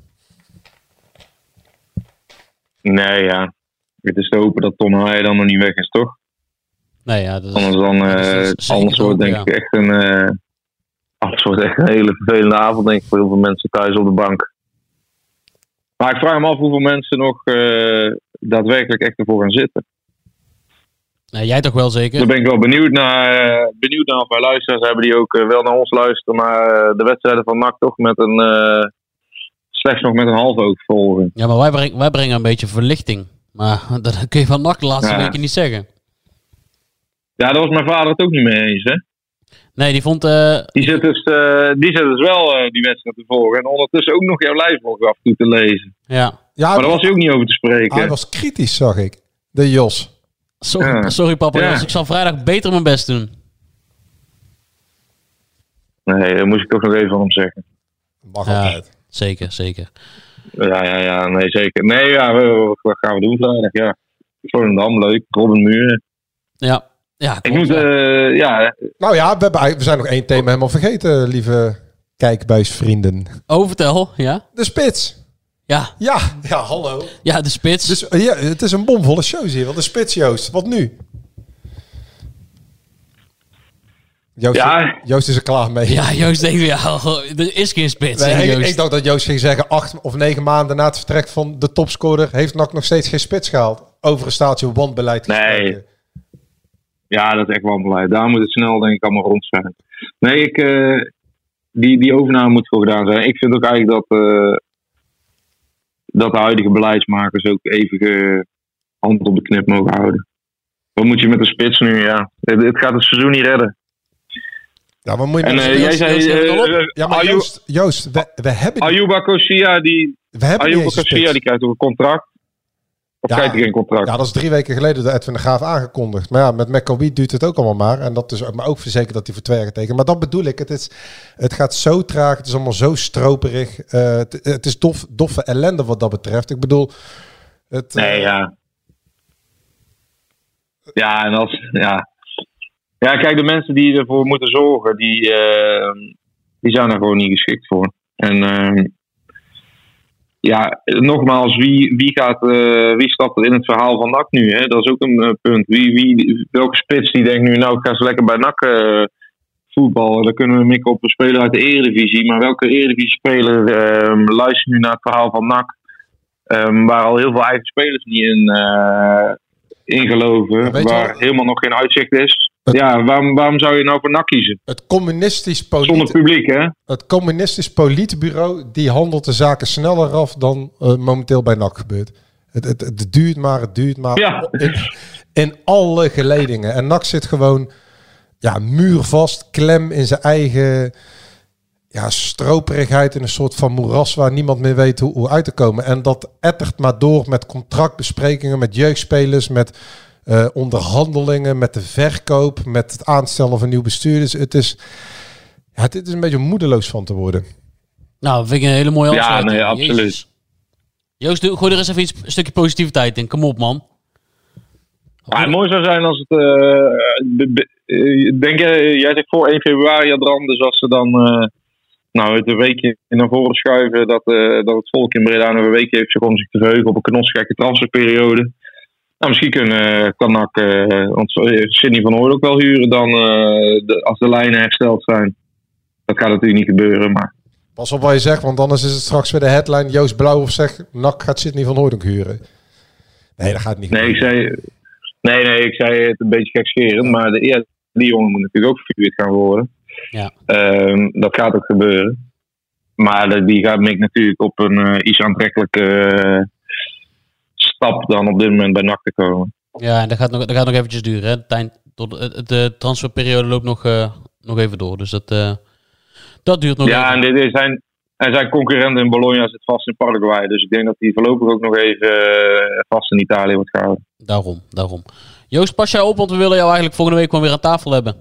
Nee, ja. Het is te hopen dat Tom Haaien dan nog niet weg is, toch? Nee, ja, dat is... Anders, dan, dat is- uh, dat is zeker anders te wordt hopen, denk ja. ik echt een, uh, anders wordt echt een hele vervelende avond, denk ik, voor heel veel mensen thuis op de bank. Maar ik vraag me af hoeveel mensen nog uh, daadwerkelijk echt ervoor gaan zitten. Nee, jij toch wel zeker? Daar ben ik wel benieuwd naar. Uh, benieuwd naar of wij luisteraars hebben die ook uh, wel naar ons luisteren, maar uh, de wedstrijden van N A C toch met een uh, slechts nog met een half oog volgen. Ja, maar wij, breng, wij brengen een beetje verlichting. Maar dat kun je van N A C de laatste Ja. weken niet zeggen. Ja, daar was mijn vader het ook niet mee eens, hè? Nee, die vond... Uh, Die zit dus, uh, die zit dus wel uh, die wedstrijd te volgen en ondertussen ook nog jouw lijstblog af en toe te lezen. ja. Ja, Maar daar was hij ook niet over te spreken. hij was kritisch, zag ik. De Jos. Sorry, Ja. sorry papa, Ja. Jos, ik zal vrijdag beter mijn best doen. Nee, dat moest ik toch nog even van hem zeggen. Mag Ja. altijd. Zeker, zeker. Ja, ja, ja, nee, zeker. Nee, ja, we- wat gaan we doen vrijdag? Ja, Volendam, leuk. Robin Muren. Ja, ja, Ik klopt, moet, ja. uh, ja, Nou ja, we, hebben, eigenlijk- we zijn nog één thema helemaal vergeten, lieve kijkbuisvrienden. Oh, vertel, ja? De spits. Ja, Ja, ja, hallo. ja de spits. Dus uh, ja, het is een bomvolle show hier. Want de spits, Joost. Wat nu? Joost, Ja. Joost is er klaar mee. Ja, Joost denkt, ja, er is geen spits. Nee, hè, ik, Joost. ik dacht dat Joost ging zeggen, acht of negen maanden na het vertrek van de topscorer heeft N A C nog steeds geen spits gehaald. Over een staaltje wanbeleid Nee. gesproken. ja, dat is echt wel beleid. Daar moet het snel, denk ik, allemaal rond zijn. Nee, ik, uh, die, die overname moet gewoon gedaan zijn. Ik vind ook eigenlijk dat uh, dat de huidige beleidsmakers ook even hand op de knip mogen houden. Wat moet je met de spits nu? Ja, het, het gaat het seizoen niet redden. Ja, maar moet je en uh, jij zei... Uh, uh, ja, maar Joost, Joost we, we hebben... Ayuba Kosia, die... We hebben Ayuba Kosia, die krijgt ook een contract. Of ja, krijgt hij geen contract? Ja, dat is drie weken geleden door Edwin de Graaf aangekondigd. Maar ja, met McAwee duurt het ook allemaal maar. En dat is maar ook verzekerd dat hij voor twee jaar tekent. Maar dat bedoel ik. Het, is, het gaat zo traag. Het is allemaal zo stroperig. Uh, het, het is dof, doffe ellende wat dat betreft. Ik bedoel... Het, nee, uh, ja. Ja, en als... Ja. ja, kijk, de mensen die ervoor moeten zorgen, die, uh, die zijn er gewoon niet geschikt voor. En... Uh, Ja, nogmaals, wie, wie, gaat, uh, wie stapt er in het verhaal van N A C nu? Hè? Dat is ook een uh, punt. Wie, wie, welke spits die denkt nu, nou ik ga zo lekker bij N A C uh, voetballen. Dan kunnen we mikken op een speler uit de Eredivisie. Maar welke Eredivisie-speler uh, luistert nu naar het verhaal van N A C? Um, waar al heel veel eigen spelers niet in, uh, in geloven. Ja, waar wel? helemaal nog geen uitzicht is. Het, ja, waarom, waarom zou je nou voor N A C kiezen? Het communistisch politi- Zonder publiek, hè? Het communistisch politbureau die handelt de zaken sneller af dan uh, momenteel bij N A C gebeurt. Het, het, het duurt maar, het duurt maar. Ja. In, in alle geledingen. En N A C zit gewoon ja, muurvast, klem in zijn eigen ja, stroperigheid in een soort van moeras waar niemand meer weet hoe, hoe uit te komen. En dat ettert maar door met contractbesprekingen, met jeugdspelers, met... Uh, onderhandelingen met de verkoop, met het aanstellen van nieuw bestuurders. Het is, ja, dit is een beetje moedeloos van te worden. Nou, vind ik een hele mooie antwoord. Ja, nee, absoluut. Jezus. Joost, gooi er eens even iets, een stukje positiviteit in. Kom op, man. Ja, het mooi zou zijn als het... Uh, denk jij, jij zegt voor één februari, Jadran, dus als ze dan... Uh, nou, het een weekje naar voren schuiven, dat, uh, dat het volk in Breda nog een weekje heeft zich om zich te verheugen op een knotsgekke transferperiode. Nou, misschien kunnen, kan N A C uh, ons Sidney van Hooyd ook wel huren dan uh, de, als de lijnen hersteld zijn. Dat gaat natuurlijk niet gebeuren, maar... Pas op wat je zegt, want anders is het straks weer de headline Joost Blauwhof zegt N A C gaat Sidney van Hooyd ook huren. Nee, dat gaat niet nee, gebeuren. Ik zei, nee, nee, ik zei het een beetje gekscherend, maar de, ja, die jongen moet natuurlijk ook verhuurd gaan worden. Ja. Uh, dat gaat ook gebeuren. Maar die gaat Mick natuurlijk op een uh, iets aantrekkelijke... Uh, stap dan op dit moment bij N A C te komen. Ja, en dat gaat nog, dat gaat nog eventjes duren. Hè? De, tijd, tot, de, de transferperiode loopt nog, uh, nog even door. Dus dat, uh, dat duurt nog ja, even. en dit is zijn, en zijn concurrent in Bologna zit vast in Paraguay. Dus ik denk dat hij voorlopig ook nog even uh, vast in Italië wordt gehouden. Daarom, daarom. Joost, pas jij op, want we willen jou eigenlijk volgende week gewoon weer aan tafel hebben.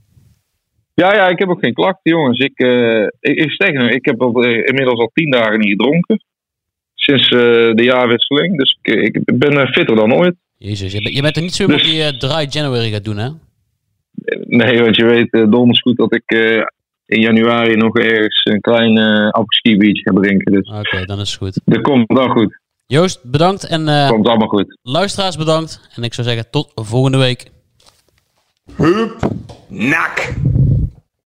Ja, ja, ik heb ook geen klachten, jongens. Ik, uh, ik, ik, zeg, ik heb al, uh, inmiddels al tien dagen niet gedronken. Sinds uh, de jaarwisseling. Dus ik, ik ben uh, fitter dan ooit. Jezus, je bent, je bent er niet zo iemand dus, die uh, Dry January gaat doen, hè? Nee, want je weet uh, donders goed dat ik uh, in januari nog ergens een klein uh, apres-ski biertje ga drinken. Dus. Oké, okay, dan is het goed. Dat komt dan goed. Joost, bedankt. En uh, komt allemaal goed. Luisteraars, bedankt. En ik zou zeggen, tot volgende week. Hup, N A C.